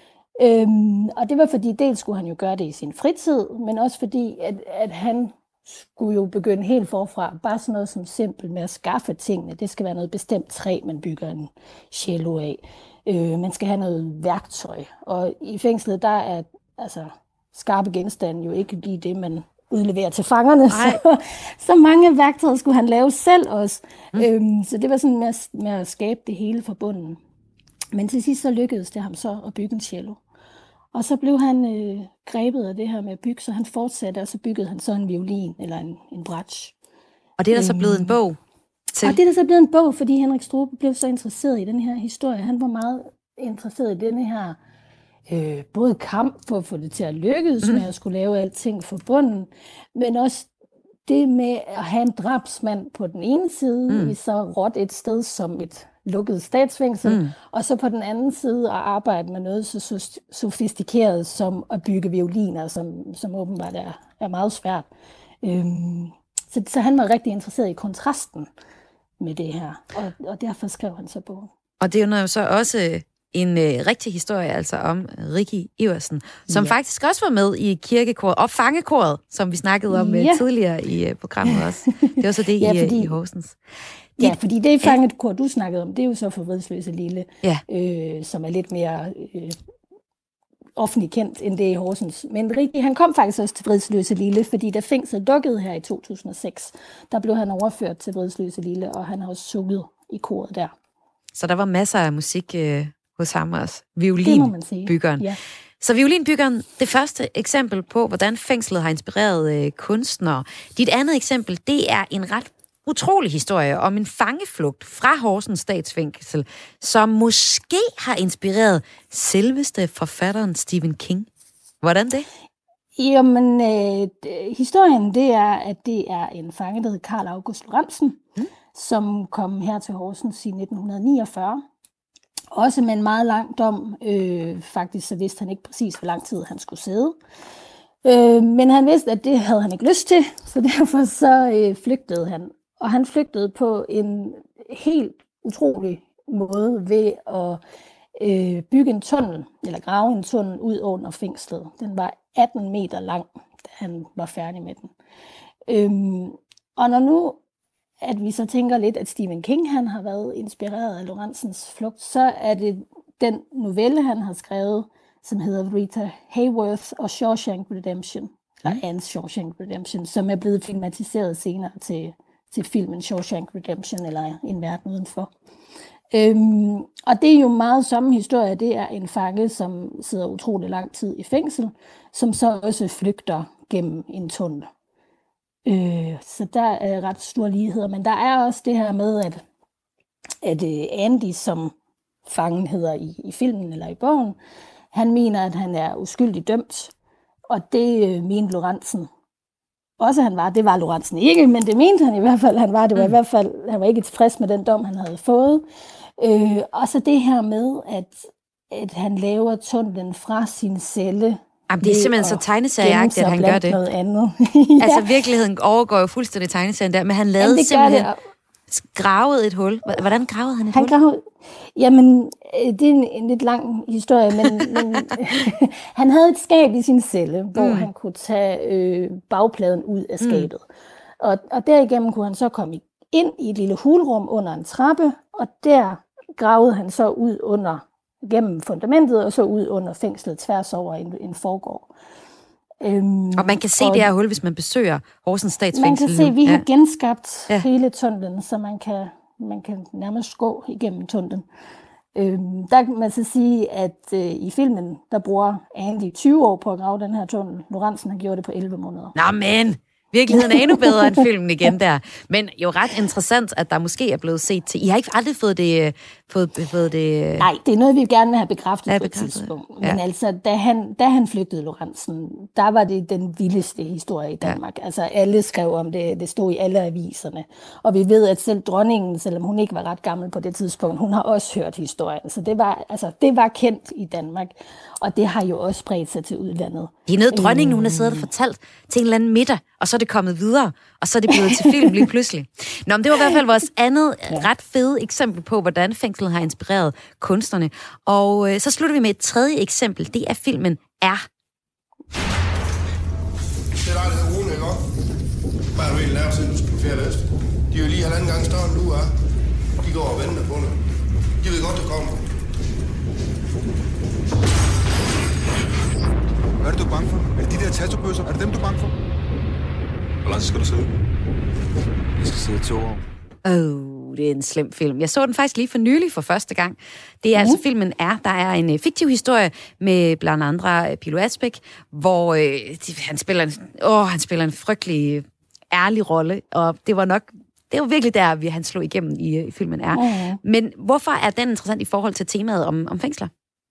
Øhm, og det var fordi, dels skulle han jo gøre det i sin fritid, men også fordi, at, at han skulle jo begynde helt forfra. Bare sådan noget som simpelt med at skaffe tingene. Det skal være noget bestemt træ, man bygger en cello af. Øh, man skal have noget værktøj. Og i fængslet, der er altså skarpe genstande jo ikke lige det, man udleverer til fangerne. Så, så mange værktøjer skulle han lave selv også. Mm. Øhm, så det var sådan med at, med at skabe det hele fra bunden. Men til sidst så lykkedes det ham så at bygge en cello. Og så blev han øh, grebet af det her med at bygge, så han fortsatte, og så byggede han så en violin eller en, en bratsch. Og det er der så blevet en bog til? Og det er der så blevet en bog, fordi Henrik Strube blev så interesseret i den her historie. Han var meget interesseret i denne her Øh, både kamp for at få det til at lykkes mm. med at skulle lave alting for bunden, men også det med at have en drabsmand på den ene side, mm. i så råt et sted som et lukket statsfængsel, mm. og så på den anden side at arbejde med noget så sofistikeret som at bygge violiner, som, som åbenbart er, er meget svært. Øhm, så, så han var rigtig interesseret i kontrasten med det her, og, og derfor skrev han så bogen. Og det er jo så også en øh, rigtig historie altså om Ricky Iversen, som ja. faktisk også var med i kirkekoret og fangekoret, som vi snakkede om ja. tidligere i øh, programmet også. Det var så det ja, i, fordi, i Horsens. Dit, ja, fordi det fangekor, du snakkede om, det er jo så for Vridsløse Lille, ja. øh, som er lidt mere øh, offentligt kendt end det i Horsens. Men Ricky, han kom faktisk også til Vridsløse Lille, fordi da fængslet lukkede her i to tusind og seks, der blev han overført til Vridsløse Lille, og han har også sunget i koret der. Så der var masser af musik øh, hos ham også. Violinbyggeren. Ja. Så Violinbyggeren, det første eksempel på, hvordan fængslet har inspireret øh, kunstnere. Dit andet eksempel, det er en ret utrolig historie om en fangeflugt fra Horsens Statsfængsel, som måske har inspireret selveste forfatteren Stephen King. Hvordan det? Jamen, øh, historien det er, at det er en fange, der hedder Carl August Lorentzen, mm. som kom her til Horsens i nitten niogfyrre. Også med en meget lang dom. Øh, faktisk så vidste han ikke præcis, hvor lang tid han skulle sidde. Øh, men han vidste, at det havde han ikke lyst til, så derfor så øh, flygtede han. Og han flygtede på en helt utrolig måde ved at øh, bygge en tunnel, eller grave en tunnel ud under fængslet. Den var atten meter lang, da han var færdig med den. Øhm, og når nu, at vi så tænker lidt, at Stephen King han har været inspireret af Lorentzens flugt, så er det den novelle, han har skrevet, som hedder Rita Hayworth og Shawshank Redemption, eller Anne's Shawshank Redemption, som er blevet filmatiseret senere til, til filmen Shawshank Redemption, eller En verden udenfor. Øhm, og det er jo meget samme historie. Det er en fange, som sidder utrolig lang tid i fængsel, som så også flygter gennem en tunnel. Øh, så der er ret store ligheder, men der er også det her med, at, at uh, Andy, som fangen hedder i, i filmen eller i bogen, han mener, at han er uskyldig dømt, og det øh, mente Lorentzen også, han var. Det var Lorentzen ikke, men det mente han i hvert fald, han var. Det var mm. i hvert fald, han var ikke tilfreds med den dom, han havde fået. Øh, og så det her med, at, at han laver tunnelen fra sin celle. Jamen, det er simpelthen så tegneserieagtigt, at han gør det. Noget andet. Ja. Altså, virkeligheden overgår jo fuldstændig tegneserien der, men han lavede jamen, simpelthen det. Gravede et hul. Hvordan gravede han et han hul? Gravede, jamen, det er en, en lidt lang historie, men, men han havde et skab i sin celle, hvor mm. han kunne tage øh, bagpladen ud af skabet. Mm. Og, og derigennem kunne han så komme ind i et lille hulrum under en trappe, og der gravede han så ud under, gennem fundamentet, og så ud under fængslet tværs over en, en forgård. Øhm, og man kan se og, det her hul, hvis man besøger Horsens Statsfængsel. Man kan se, at vi ja. har genskabt ja. hele tunnelen, så man kan, man kan nærmest gå igennem tunnelen. Øhm, der kan man så sige, at øh, i filmen, der bruger Andy tyve år på at grave den her tunnel. Lorentzen har gjort det på elleve måneder. Nå, men virkeligheden er endnu bedre end filmen igen der. Men jo ret interessant, at der måske er blevet set til. I har ikke aldrig fået det... Fået, fået det... Nej, det er noget, vi gerne vil have bekræftet ja, på et bekræftet. tidspunkt. Ja. Men altså, da han, da han flygtede Lorentzen, der var det den vildeste historie i Danmark. Ja. Altså, alle skrev om det. Det stod i alle aviserne. Og vi ved, at selv dronningen, selvom hun ikke var ret gammel på det tidspunkt, hun har også hørt historien. Så det var, altså, det var kendt i Danmark. Og det har jo også spredt sig til udlandet. Det er noget, dronningen, hun har siddet og fortalt til en eller anden middag, og så er det kommet videre, og så er det blevet til film lige pludselig. Nå, men det var i hvert fald vores andet ja. ret fede eksempel på, hvordan fængslet har inspireret kunstnerne. Og øh, så slutter vi med et tredje eksempel. Det er filmen R. Det er dig, der hedder Rune, ikke også? Hvad er du egentlig lavet, siden du skal på Fjerde Øst? De er jo lige halvanden gang større, end du er. De går og venter på det. De ved godt, du kommer. Hvad er det, du er bange for? Er det de der tattoo-bøsser? Er det dem, du er bange for? Hvor lang tid skal du sidde? Jeg skal sidde to år. Åh, oh, det er en slem film. Jeg så den faktisk lige for nylig for første gang. Det er mm. altså filmen R. Der er en uh, fiktiv historie med blandt andre uh, Pilo Asbæk, hvor uh, de, han, spiller en, åh, han spiller en frygtelig ærlig rolle, og det var nok det var virkelig der, vi han slog igennem i, i filmen R. Mm. Men hvorfor er den interessant i forhold til temaet om, om fængsler?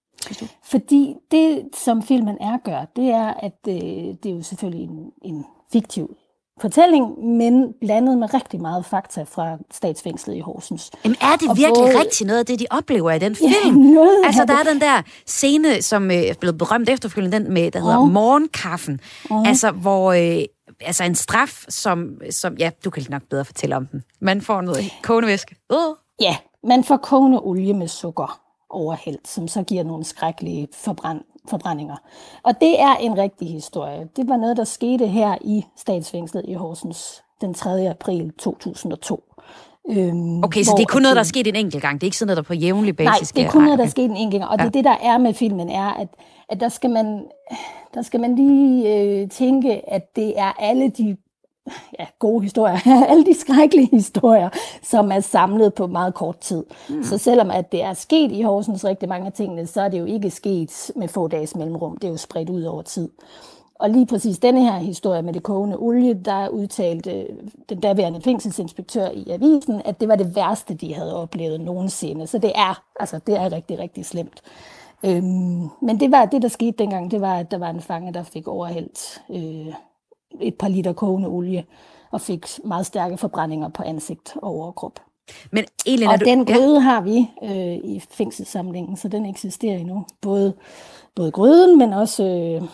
Fordi det, som filmen R gør, det er, at øh, det er jo selvfølgelig en, en fiktiv fortælling, men blandet med rigtig meget fakta fra statsfængslet i Horsens. Jamen er det virkelig både... rigtigt noget af det, de oplever i den film? Ja, altså der er den der scene, som er blevet berømt efterfølgende, den med, der hedder oh. Morgenkaffen. Oh. Altså hvor... Øh, altså en straf, som, som... Ja, du kan nok bedre fortælle om den. Man får noget kogende væske. Uh. Ja, man får kogende olie med sukker overhældt, som så giver nogle skrækkelige forbrænd, forbrændinger. Og det er en rigtig historie. Det var noget, der skete her i statsfængslet i Horsens den tredje april to tusind og to. Øhm, okay, så det er kun noget, der er sket en enkelt gang? Det er ikke sådan noget, der på jævnlig basis? Nej, det er kun noget, der er sket en enkelt gang. Og ja. det, det, der er med filmen, er, at, at der, skal man, der skal man lige øh, tænke, at det er alle de ja, gode historier, alle de skrækkelige historier, som er samlet på meget kort tid. Mm. Så selvom at det er sket i Horsens rigtig mange af tingene, så er det jo ikke sket med få dages mellemrum. Det er jo spredt ud over tid. Og lige præcis denne her historie med det kogende olie, der udtalte den daværende fængselsinspektør i avisen, at det var det værste, de havde oplevet nogensinde. Så det er, altså, det er rigtig, rigtig slemt. Øhm, men det var det, der skete dengang, det var, at der var en fange, der fik overhældt øh, et par liter kogende olie og fik meget stærke forbrændinger på ansigt og overkrop. Men Elin, og du... den gryde ja. har vi øh, i fængselssamlingen, så den eksisterer endnu. Både, både gryden, men også... Øh,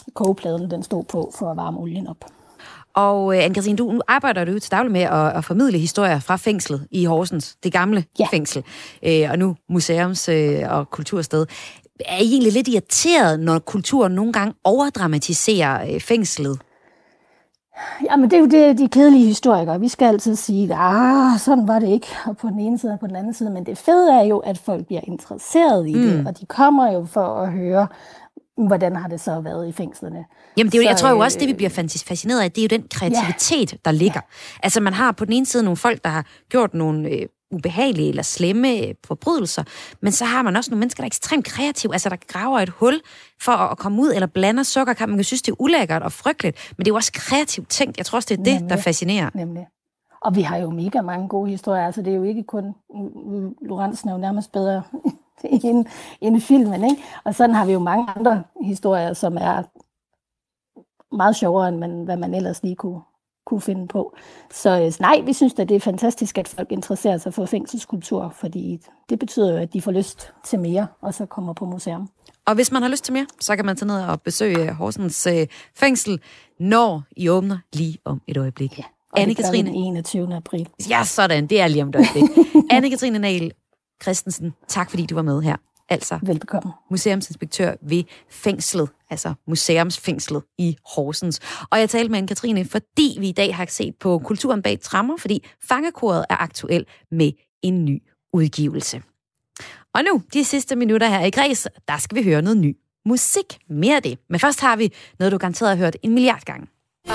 kogepladen den stod på for at varme olien op. Og øh, Anne-Kathrine, du nu arbejder du til daglig med at, at formidle historier fra fængslet i Horsens, det gamle ja. fængsel, øh, og nu museums- øh, og kultursted. Er I egentlig lidt irriteret, når kulturen nogle gange overdramatiserer øh, fængslet? Jamen, det er jo det, de kedelige historikere. Vi skal altid sige, ah, sådan var det ikke, og på den ene side og på den anden side. Men det fede er jo, at folk bliver interesseret i mm. det, og de kommer jo for at høre, hvordan har det så været i fængslerne. Jamen, det er jo, så, jeg tror jo også, det vi bliver fascineret af, det er jo den kreativitet, ja. der ligger. Ja. Altså, man har på den ene side nogle folk, der har gjort nogle øh, ubehagelige eller slemme øh, forbrydelser, men så har man også nogle mennesker, der er ekstremt kreative, altså der graver et hul for at, at komme ud, eller blander sukkerkam. Man kan synes, det er ulækkert og frygteligt, men det er jo også kreativt tænkt. Jeg tror også, det er det, nemlig, der fascinerer. Nemlig. Og vi har jo mega mange gode historier, altså det er jo ikke kun, Lorentzen er jo nærmest bedre end, end filmen, ikke? Og sådan har vi jo mange andre historier, som er meget sjovere, end man, hvad man ellers lige kunne, kunne finde på. Så nej, vi synes at det er fantastisk, at folk interesserer sig for fængselskultur, fordi det betyder jo, at de får lyst til mere, og så kommer på museum. Og hvis man har lyst til mere, så kan man tage ned og besøge Horsens øh, fængsel, når I åbner lige om et øjeblik. Ja, og Anne-Kathrine... det den enogtyvende april. Ja, sådan. Det er lige om et øjeblik. Anne-Kathrine Nahl Christensen, tak fordi du var med her. Altså, velbekomme. Museumsinspektør ved fængslet, altså museumsfængslet i Horsens. Og jeg talte med Anne-Kathrine, fordi vi i dag har set på Kulturen bag tremmer, fordi Fangekoret er aktuel med en ny udgivelse. Og nu, de sidste minutter her i Græs, der skal vi høre noget ny musik. Mere af det. Men først har vi noget, du garanteret har hørt en milliard gange.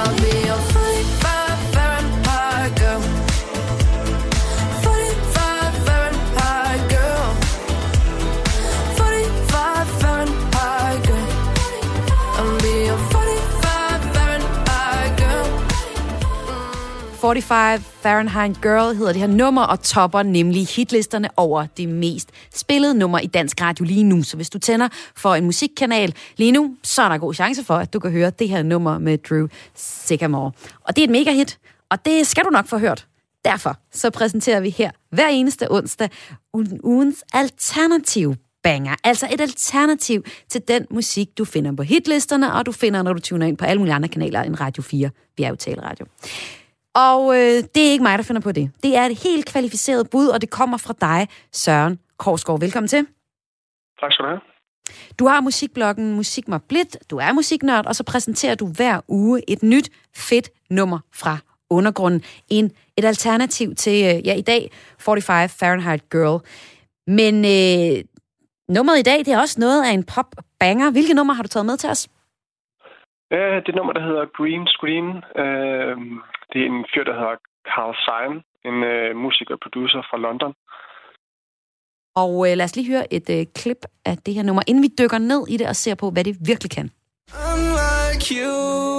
forty-five Fahrenheit Girl hedder det her nummer, og topper nemlig hitlisterne over det mest spillede nummer i dansk radio lige nu. Så hvis du tænder for en musikkanal lige nu, så er der god chance for, at du kan høre det her nummer med Drew Sycamore. Og det er et mega hit, og det skal du nok få hørt. Derfor så præsenterer vi her hver eneste onsdag ugens alternativ banger. Altså et alternativ til den musik, du finder på hitlisterne, og du finder, når du tuner ind på alle mulige andre kanaler end Radio fire. Vi er jo taleradio. Og øh, det er ikke mig, der finder på det. Det er et helt kvalificeret bud, og det kommer fra dig, Søren Korsgaard. Velkommen til. Tak skal du have. Du har musikbloggen Musik mig blidt, du er musiknørd, og så præsenterer du hver uge et nyt, fedt nummer fra undergrunden. En, et alternativ til, øh, ja, i dag, forty-five Fahrenheit Girl. Men øh, nummeret i dag, det er også noget af en pop-banger. Hvilke nummer har du taget med til os? Øh, det nummer, der hedder Green Screen. Øh, det er en fyr, der hedder Carl Sagan, en øh, musiker og producer fra London. Og øh, lad os lige høre et øh, klip af det her nummer, inden vi dykker ned i det og ser på, hvad det virkelig kan. Unlike you,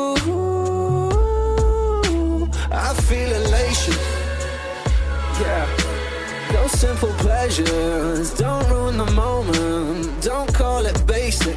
I feel elation. Yeah. Those simple pleasures don't ruin the moment. Don't call it basic.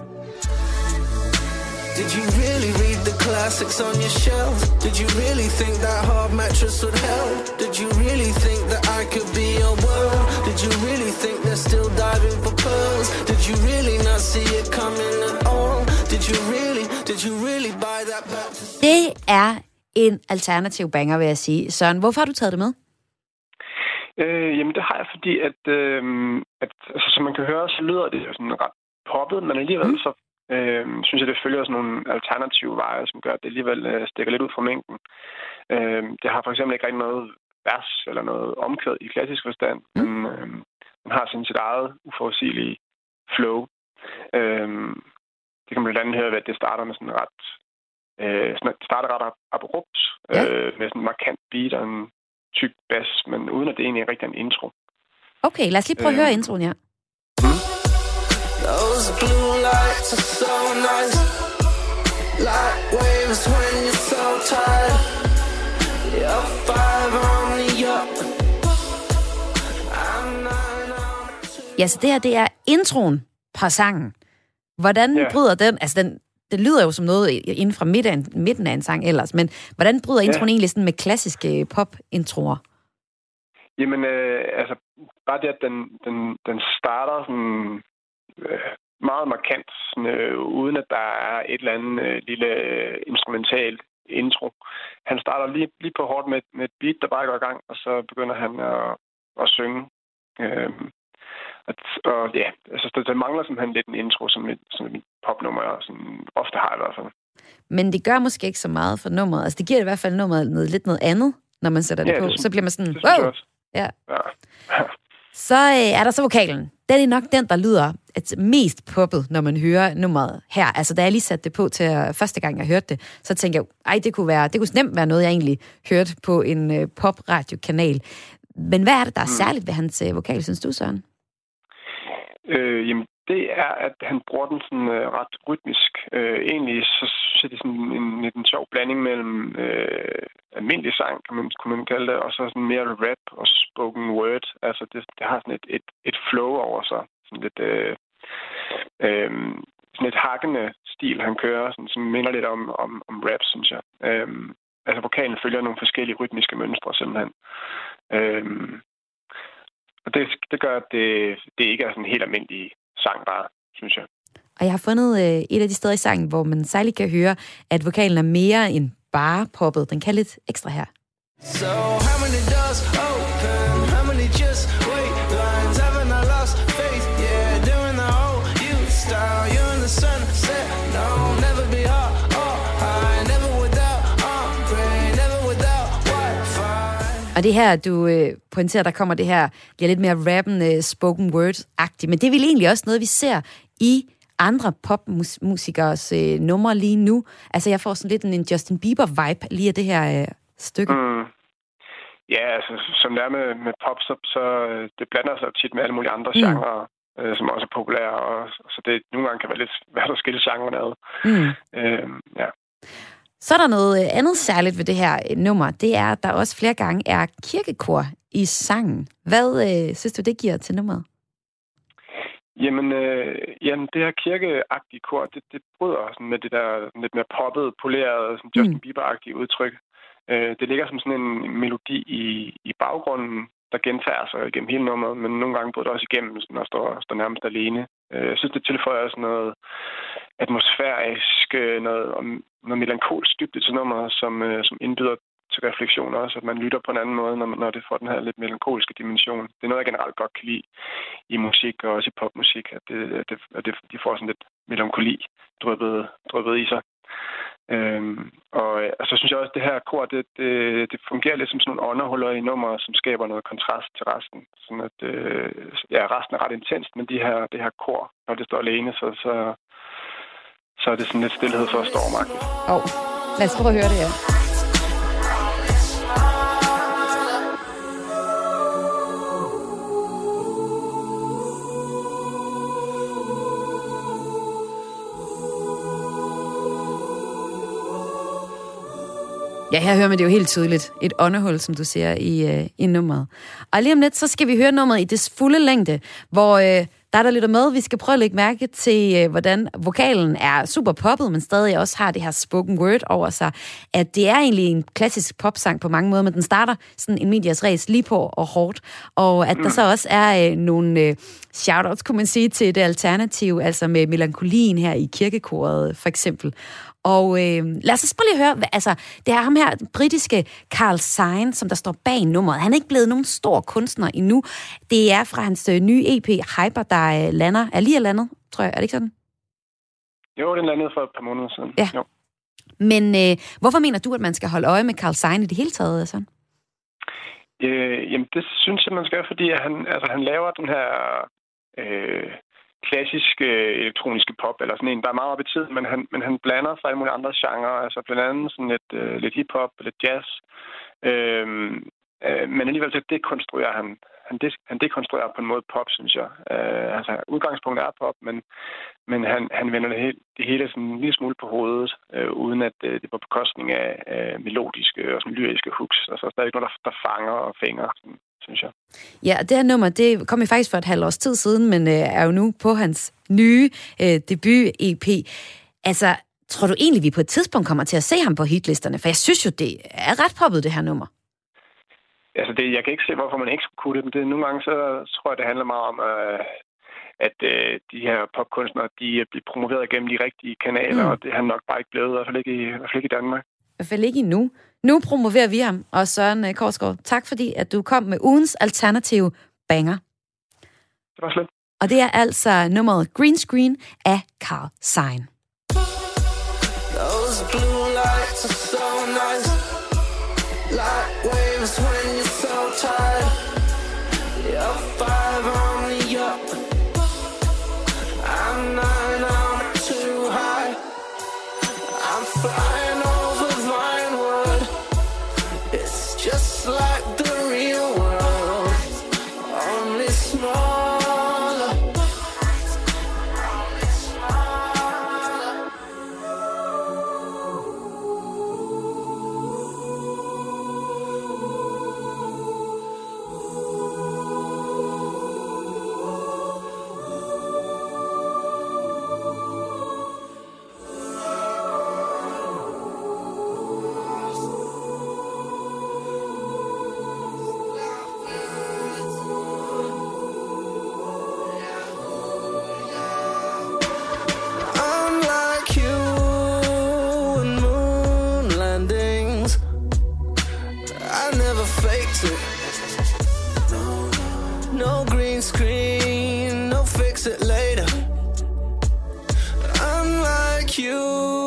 Did you really read the classics on your shelf? Did you really think that hard mattress would help? Did you really think that I could be your world? Did you really think they're still diving for pearls? Did you really not see it coming at all? Did you really, did you really buy that back? Det er en alternativ banger, vil jeg sige. Søren, hvorfor har du taget det med? Øh, jamen, det har jeg, fordi at, øh, at altså, som man kan høre, så lyder det jo sådan ret poppet, men alligevel mm. så øh, synes jeg, det følger sådan nogle alternative veje, som gør, at det alligevel øh, stikker lidt ud fra mængden. Øh, det har for eksempel ikke rigtig noget vers eller noget omkvæd i klassisk forstand, mm. men øh, man har sådan sit eget uforudsigelige flow. Øh, det kan man blandt andet høre ved, at det starter med sådan ret øh, sådan, det starter ret abrupt, ja. øh, med sådan en markant beat og en tyk bass, men uden at det egentlig er rigtig en intro. Okay, lad os lige prøve øh. at høre introen her. Mm. Those blue lights are so nice. Like waves when you're so tired. You're five on the yacht. Ja, så det her, det er introen på sangen. Hvordan yeah. bryder den, altså den, det lyder jo som noget inden fra midten, midten af en sang ellers, men hvordan bryder yeah. introen egentlig sådan med klassiske pop-introer? Jamen, øh, altså, bare det, at den, den, den starter sådan, øh, meget markant, sådan, øh, uden at der er et eller andet øh, lille øh, instrumentalt intro. Han starter lige, lige på hårdt med, med et beat, der bare går i gang, og så begynder han at, at synge. Øh, at, og ja, altså, der, der mangler simpelthen lidt en intro, som et, som et popnummer sådan, ofte har i hvert fald. Men det gør måske ikke så meget for nummeret. Altså, det giver i hvert fald nummeret noget, lidt noget andet, når man sætter det ja, på. Det, så bliver man sådan, det, wow! Ja. ja. Så øh, er der så vokalen. Den er nok den, der lyder et mest poppet, når man hører nummeret her. Altså, da jeg lige satte det på til første gang, jeg hørte det, så tænkte jeg, ej, det kunne, være, det kunne nemt være noget, jeg egentlig hørte på en øh, pop-radiokanal. Men hvad er det, der er særligt ved hans øh, vokal, synes du, Søren? Øh, jamen, det er, at han bruger den sådan øh, ret rytmisk. Øh, egentlig så synes jeg, det er sådan en, en, en sjov blanding mellem øh, almindelig sang, kan man, kunne man kalde det, og så sådan mere rap og spoken word. Altså, det, det har sådan et, et, et flow over sig. Sådan lidt, øh, øh, sådan et hakkende stil, han kører, sådan, som minder lidt om, om, om rap, synes jeg. Øh, altså, vokalen følger nogle forskellige rytmiske mønstre, simpelthen. Øh, og det, det gør, at det, det ikke er sådan en helt almindelig sang bare, synes jeg. Og jeg har fundet øh, et af de steder i sangen, hvor man særligt kan høre, at vokalen er mere end bare poppet. Den kan lidt ekstra her. So how many doors open? How many just wait? Lines haven't I lost faith? Yeah, doing the whole you style. You in the sunset? No, never be hot or high. Never without on brain, never without Wi-Fi. Og det her, du øh, pointerer, der kommer det her, bliver lidt mere rappende, spoken word-agtigt. Men det er vel egentlig også noget, vi ser i andre popmusikers øh, numre lige nu. Altså, jeg får sådan lidt en Justin Bieber-vibe lige af det her øh, stykke. Mm. Ja, altså, som det er med, med pop, så, så det blander sig tit med alle mulige andre mm. genrer, øh, som også er populære, og så det nogle gange kan være lidt svært at skille genrerne ad. Mm. Øh, ja. Så er der noget andet særligt ved det her nummer. Det er, at der også flere gange er kirkekor i sangen. Hvad øh, synes du, det giver til nummeret? Jamen, øh, jamen det her kirkeagtige kor, det, det bryder sådan med det der lidt mere poppet, polerede, sådan Justin Bieber-agtige udtryk. Øh, det ligger som sådan en melodi i, i baggrunden, der gentager sig igennem hele nummeret, men nogle gange bryder det også igennem, sådan, og står, står nærmest alene. Øh, jeg synes, det tilføjer sådan noget atmosfærisk, noget, noget melankolsk dybde til nummeret, som, øh, som indbyder til refleksion også, at man lytter på en anden måde, når, man, når det får den her lidt melankolske dimension. Det er noget, jeg generelt godt kan lide i musik, og også i popmusik, at, det, at, det, at det, de får sådan lidt melankoli drøbet, drøbet i sig. Øhm, og, og så synes jeg også, at det her kor, det, det, det fungerer lidt som sådan nogle åndehuller i nummer, som skaber noget kontrast til resten. Sådan at, øh, ja, resten er ret intenst, men de her, det her kor, når det står alene, så, så, så er det sådan lidt stillhed for stormagtigt. Åh, oh, lad os prøve at høre det her. Ja, her hører man det jo helt tydeligt. Et åndehul, som du siger, i, øh, i nummeret. Og lige om lidt, så skal vi høre nummeret i dets fulde længde, hvor øh, der der lytter med, vi skal prøve at lægge mærke til, øh, hvordan vokalen er super poppet, men stadig også har det her spoken word over sig. At det er egentlig en klassisk popsang på mange måder, men den starter sådan en medias res lige på og hårdt. Og at der så også er øh, nogle øh, shoutouts, kunne man sige, til det alternativ, altså med melankolien her i kirkekoret, for eksempel. Og øh, lad os så prøve lige at høre, altså, det er ham her, britiske Carl Sagan, som der står bag nummeret. Han er ikke blevet nogen stor kunstner endnu. Det er fra hans øh, nye E P, Hyper, der øh, lander, er lige landet, tror jeg. Er det ikke sådan? Jo, den landede for et par måneder siden. Ja. Jo. Men øh, hvorfor mener du, at man skal holde øje med Carl Sagan i det hele taget, altså? Øh, jamen, det synes jeg, man skal, fordi han, altså, han laver den her... Øh, klassisk øh, elektroniske pop, eller sådan en, der er meget op i tiden, men han, men han blander sig i nogle andre genrer, altså blandt andet sådan lidt, øh, lidt hip-hop, lidt jazz, øh, øh, men alligevel så dekonstruerer han, han, de, han dekonstruerer på en måde pop, synes jeg. Øh, altså, udgangspunktet er pop, men, men han, han vender det hele, det hele sådan en lille smule på hovedet, øh, uden at øh, det var på bekostning af øh, melodiske og sådan lyriske hooks. Altså, der er ikke noget, der, der fanger og fænger, sådan, synes jeg. Ja, det her nummer, det kom jo faktisk for et halvt års tid siden, men øh, er jo nu på hans nye øh, debut-E P. Altså, tror du egentlig, vi på et tidspunkt kommer til at se ham på hitlisterne? For jeg synes jo, det er ret poppet, det her nummer. Altså, det, jeg kan ikke se, hvorfor man ikke skulle kunne det, men det, nogle gange så tror jeg, det handler meget om, øh, at øh, de her popkunstnere, de bliver promoveret gennem de rigtige kanaler, mm. og det har nok bare ikke blevet, i hvert fald ikke i, i, hvert fald ikke i Danmark. I hvert fald ikke endnu. Nu promoverer vi ham, og Søren Korsgaard, tak fordi, at du kom med ugens alternative banger. Det var slet. Og det er altså nummeret Green Screen af Carl Sagan. Those blue lights are so nice, like waves when you're so tired. You're five on the up, I'm nine, I'm too high. I'm flying over Vinewood. It's just like the real world, only small. No green screen, no fix it later. Unlike you,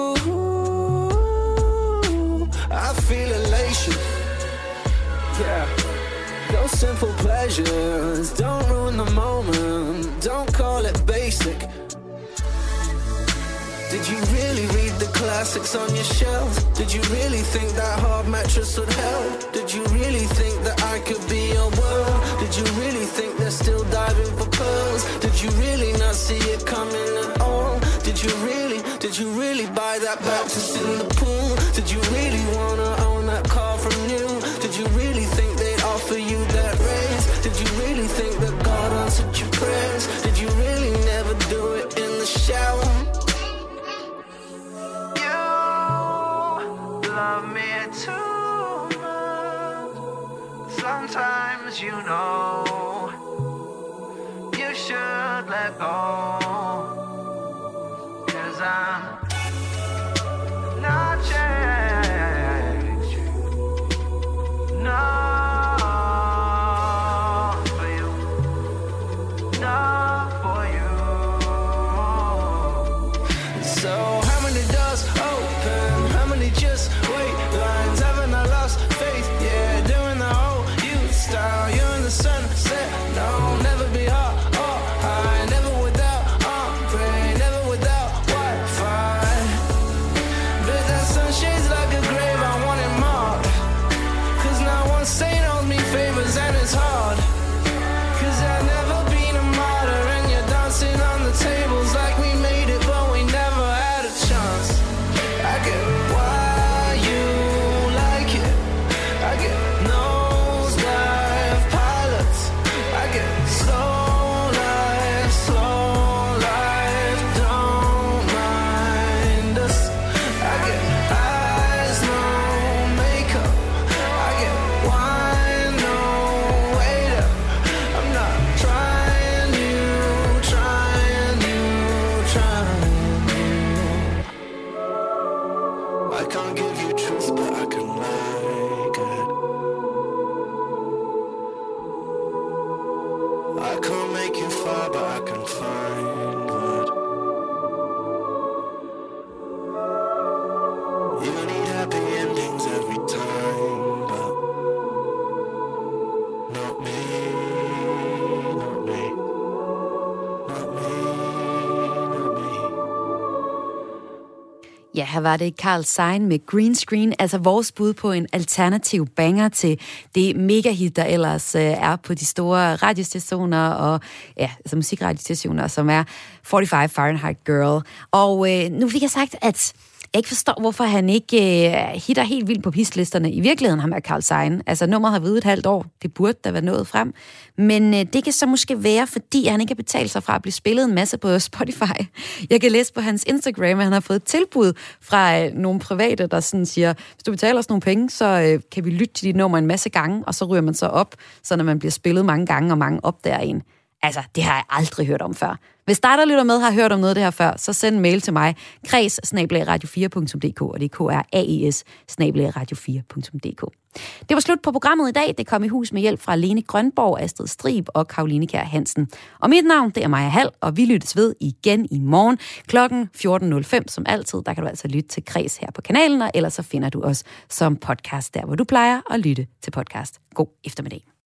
I feel elation. Yeah, those simple pleasures don't ruin the moment. Don't call it basic. Did you really read the classics on your shelf? Did you really think that hard mattress would help? Did you really think that I could be your world? Did you really think they're still diving for pearls? Did you really not see it coming at all? Did you really, did you really buy that Baptist in the pool? Did you really wanna own that car from new? Did you really think they'd offer you that raise? Did you really think that God answered your prayers? Did you really never do it in the shower? Love me too much. Sometimes you know you should let go. 'Cause I'm not changing. No, for you. Not for you. So how many doors open? How many just wait lines? Haven't I lost faith? Yeah, doing the whole you style. You're in the sunset. No, never be hot or high. Never without ombre, never without Wi-Fi. But that sun shades like a grave. I want it marked. 'Cause not one saint owes me favors and it's hard. 'Cause I've never been a martyr and you're dancing on the tables like we made it, but we never had a chance. I get why you like it. I get nosedive pilots. I get slow life, slow life. Don't mind us. I get eyes, no makeup. I get wine, no waiter. I'm not trying you, trying you, trying you. I can't give you truth, but I can like it. I can't make you fly, but I can find wood. You need happy endings every time, but not me, not me, not me, not me. Ja, her var det Carl Sagan med Green Screen, altså vores bud på en alternativ banger til det megahit, der ellers øh, er på de store radiostationer og ja, altså musikradiostationer, som er fyrre-fem Fahrenheit Girl. Og øh, nu fik jeg sagt, at jeg ikke forstår, hvorfor han ikke øh, hitter helt vildt på hitlisterne. I virkeligheden ham er Carl Sagan. Altså nummeret har været et halvt år. Det burde da være nået frem. Men øh, det kan så måske være, fordi han ikke har betalt sig fra at blive spillet en masse på Spotify. Jeg kan læse på hans Instagram, at han har fået et tilbud fra øh, nogle private, der sådan siger, hvis du betaler os nogle penge, så øh, kan vi lytte til dit nummer en masse gange, og så ryger man så op, så når man bliver spillet mange gange, og mange opdager en. Altså, det har jeg aldrig hørt om før. Hvis dig, der lytter med, har hørt om noget af det her før, så send en mail til mig, kreds snabel-a radio fire punktum d k, og det er k r a e s snabel-a radio fire punktum d k. Det var slut på programmet i dag. Det kom i hus med hjælp fra Lene Grønborg, Astrid Strib og Karoline Kjær Hansen. Og mit navn, det er Maja Hall, og vi lyttes ved igen i morgen klokken fjorten nul fem, som altid. Der kan du altså lytte til Kreds her på kanalen, og ellers så finder du os som podcast, der hvor du plejer at lytte til podcast. God eftermiddag.